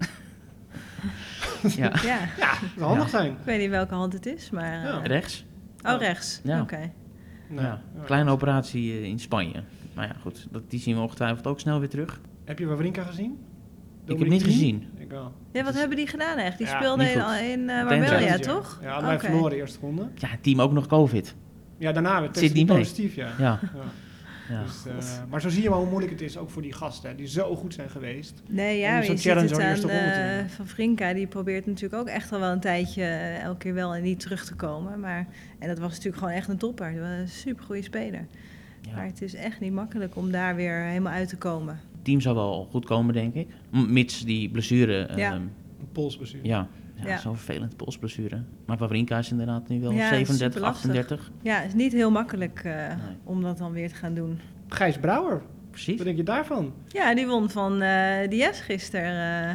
Ja, dat zou handig zijn. Ik weet niet welke hand het is, maar... Rechts. Oh, rechts. Ja. Oké. Kleine operatie in Spanje. Maar ja, goed. Die zien we ongetwijfeld ook snel weer terug. Heb je Wawrinka gezien? Ik heb niet gezien. Ik wel. Ja, wat hebben die gedaan echt? Die speelden in Marbella, toch? Ja, allebei verloren de eerste ronde. Ja, het team ook nog COVID. Ja, daarna werd zit niet positief, ja. Dus, maar zo zie je maar hoe moeilijk het is, ook voor die gasten, die zo goed zijn geweest. Nee, ja, je ziet het aan Van Vrinka, die probeert natuurlijk ook echt al wel een tijdje elke keer wel en niet terug te komen. En dat was natuurlijk gewoon echt een topper. Hij was een supergoeie speler. Ja. Maar het is echt niet makkelijk om daar weer helemaal uit te komen. Het team zou wel goed komen, denk ik. Mits die blessure... een polsblessure. Ja, zo'n vervelend polsblessure. Maar Wawrinka is inderdaad nu wel 37, 38. Ja, het is niet heel makkelijk om dat dan weer te gaan doen. Gijs Brouwer. Precies. Wat denk je daarvan? Ja, die won van Diaz gisteren.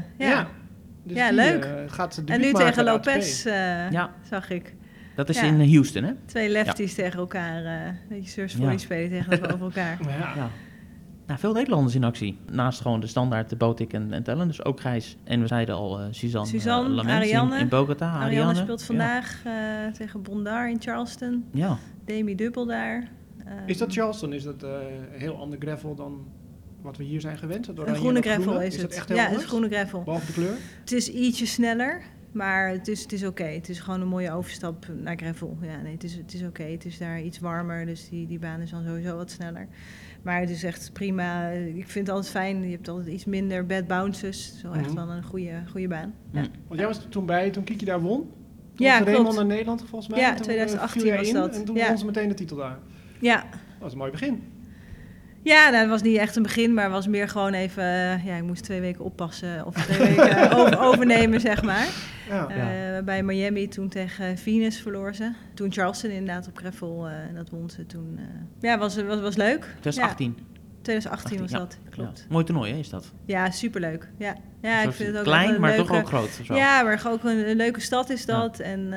Dus leuk. Gaat ze en nu tegen Lopez, zag ik. Dat is in Houston, hè? 2 lefties tegen elkaar. Een beetje surfvolley spelen tegenover elkaar. Ja. Nou, veel Nederlanders in actie. Naast gewoon de standaard, de Botic en Tellen. Dus ook Gijs. En we zeiden al Suzanne Lamens Ariane. In Bogota. Ariane speelt vandaag tegen Bondar in Charleston. Ja. Demi dubbel daar. Is dat Charleston? Is dat heel ander gravel dan wat we hier zijn gewend? Een groene gravel is het. Dat echt heel anders? Het is groene gravel. Behalve de kleur? Het is ietsje sneller. Maar het is oké. Het is gewoon een mooie overstap naar gravel. Ja, nee, het is oké. Het is daar iets warmer, dus die baan is dan sowieso wat sneller. Maar het is echt prima. Ik vind het altijd fijn. Je hebt altijd iets minder bad bounces. Zo echt wel een goede baan. Ja. Want jij was toen Kiki daar won? Toen ja, klopt. Raymond in Nederland volgens mij. Ja, 2018 was dat. En toen won ze meteen de titel daar. Ja. Dat was een mooi begin. Ja, dat was niet echt een begin, maar was meer gewoon even... ik moest 2 weken oppassen of 2 weken overnemen, zeg maar. Bij Miami toen tegen Venus verloor ze. Toen Charleston inderdaad op gravel, dat won ze toen. Was leuk. 2018. 2018 was dat, klopt. Ja. Mooi toernooi, hè, is dat? Ja, superleuk. Ja, ik vind het ook klein, maar toch ook groot. Zo. Ja, maar ook een leuke stad is dat. Ja. En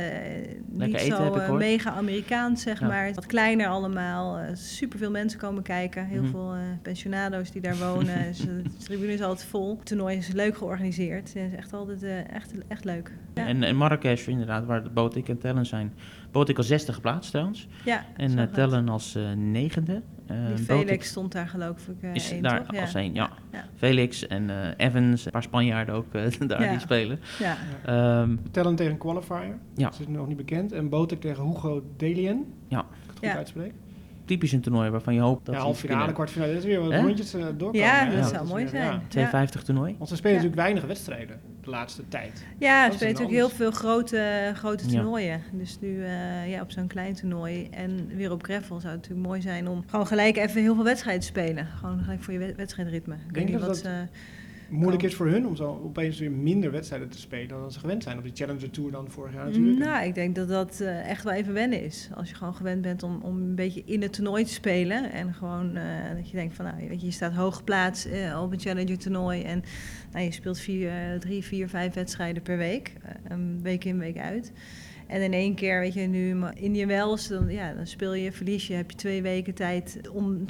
niet eten, zo mega Amerikaans, zeg maar. Wat kleiner allemaal. Superveel mensen komen kijken. Heel veel pensionado's die daar wonen. Dus de tribune is altijd vol. Het toernooi is leuk georganiseerd. Het is echt altijd echt leuk. Ja. En Marrakesh, inderdaad, waar de Botic en Tellen zijn. Botic als 60 geplaatst trouwens. Ja, en Tellen als 9e. Die Felix stond daar geloof ik is één, daar toch? als één, ja. Felix en Evans, een paar Spanjaarden ook daar die spelen. Ja. Tellen tegen Qualifier, dat is nog niet bekend. En Botic tegen Hugo Delien, ja. ik het goed uitspreek. Typisch een toernooi waarvan je hoopt dat halve finale, kwartfinale, dat is weer wat rondjes doorkomen. Ja, dat zou mooi zijn. 250 toernooi. Want ze spelen natuurlijk weinig wedstrijden de laatste tijd. Ja, ze spelen natuurlijk heel veel grote toernooien. Dus nu op zo'n klein toernooi en weer op gravel zou het natuurlijk mooi zijn om gewoon gelijk even heel veel wedstrijden te spelen. Gewoon gelijk voor je wedstrijdritme. Ik denk niet dat moeilijk is voor hun om zo opeens weer minder wedstrijden te spelen dan ze gewend zijn op die Challenger Tour dan vorig jaar natuurlijk. Nou, ik denk dat dat echt wel even wennen is. Als je gewoon gewend bent om een beetje in het toernooi te spelen en gewoon dat je denkt van je staat hoog geplaatst op een Challenger toernooi en je speelt 3, 4, 5 wedstrijden per week, week in, week uit. En in één keer, nu Indian Wells, dan speel je, verlies je, heb je 2 weken tijd om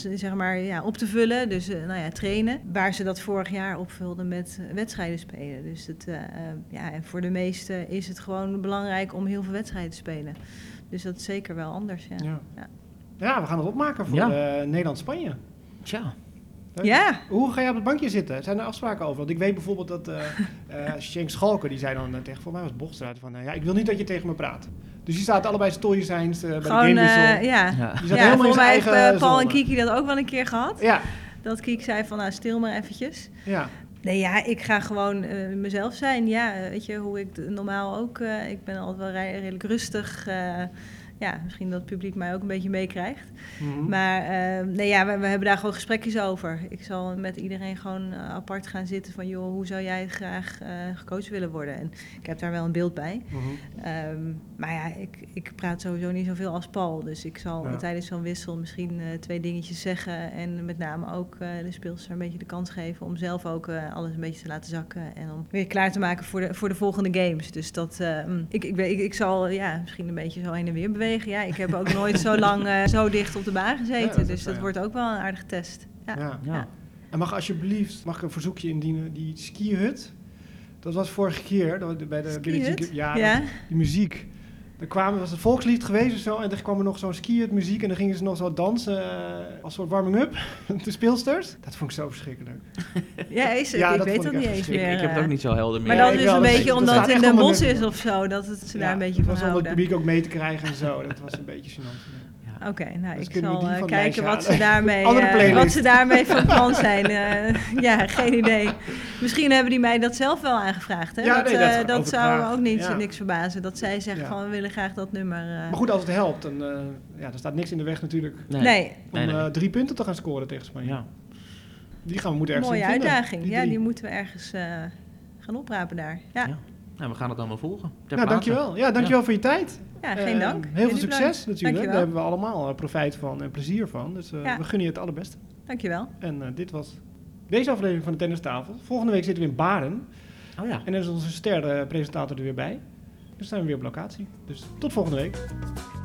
op te vullen. Dus trainen. Waar ze dat vorig jaar opvulden met wedstrijden spelen. Dus en voor de meesten is het gewoon belangrijk om heel veel wedstrijden te spelen. Dus dat is zeker wel anders, Ja, we gaan het opmaken voor Nederland-Spanje. Tja. Ja. Hoe ga je op het bankje zitten? Zijn er afspraken over? Want ik weet bijvoorbeeld dat Schenk Schalker, die zei dan tegen, voor mij was Bochtstraat, van ik wil niet dat je tegen me praat. Dus die zaten allebei stoïcijns bij de Game Whistle. Die zaten helemaal in zijn eigen heeft Paul zone. en Kiki dat ook wel een keer gehad. Ja. Dat Kiki zei van, stil maar eventjes. Ja. Nee, ik ga gewoon mezelf zijn. Ja, weet je, hoe ik normaal ook... ik ben altijd wel redelijk rustig. misschien dat het publiek mij ook een beetje meekrijgt. Mm-hmm. Maar we hebben daar gewoon gesprekjes over. Ik zal met iedereen gewoon apart gaan zitten van... joh, hoe zou jij graag gecoacht willen worden? En ik heb daar wel een beeld bij. Mm-hmm. Maar ik praat sowieso niet zoveel als Paul. Dus ik zal tijdens zo'n wissel misschien 2 dingetjes zeggen... en met name ook de speelster een beetje de kans geven... om zelf ook alles een beetje te laten zakken... en om weer klaar te maken voor de volgende games. Dus dat ik zal misschien een beetje zo heen en weer bewegen. Ja, ik heb ook nooit zo lang zo dicht op de baan gezeten. Dus dat wordt ook wel een aardige test. Ja. En mag ik een verzoekje indienen? Die skihut, dat was vorige keer bij de skihut? Die muziek. Was het volkslied geweest of zo, en er kwam er nog zo'n skihut muziek en dan gingen ze nog zo dansen als soort warming-up, de speelsters. Dat vond ik zo verschrikkelijk. Ja, ik weet dat niet eens meer. Ik heb het ook niet zo helder meer. Maar dat is een beetje omdat het in Den Bosch is of zo, dat het ze daar een beetje van houden. Om het publiek ook mee te krijgen en zo, dat was een beetje gênant. Oké, ik zal kijken wat ze daarmee van plan zijn. Geen idee. Misschien hebben die mij dat zelf wel aangevraagd. Hè? Ja, dat zou ook niks verbazen. Dat zij zeggen van we willen graag dat nummer. Maar goed, als het helpt, dan er staat niks in de weg natuurlijk. Nee. Om 3 punten te gaan scoren tegen Spanje. Ja. Die gaan we moeten ergens mooie vinden. Uitdaging. Die moeten we ergens gaan oprapen daar. Ja. Nou, we gaan het dan wel volgen. Dankjewel. Ja, dankjewel voor je tijd. Ja, geen dank. Heel veel succes natuurlijk. Daar hebben we allemaal profijt van en plezier van. Dus we gunnen je het allerbeste. Dankjewel. En dit was deze aflevering van de Tennistafel. Volgende week zitten we in Baren. Oh ja. En dan is onze ster presentator er weer bij. Dus zijn we weer op locatie. Dus tot volgende week.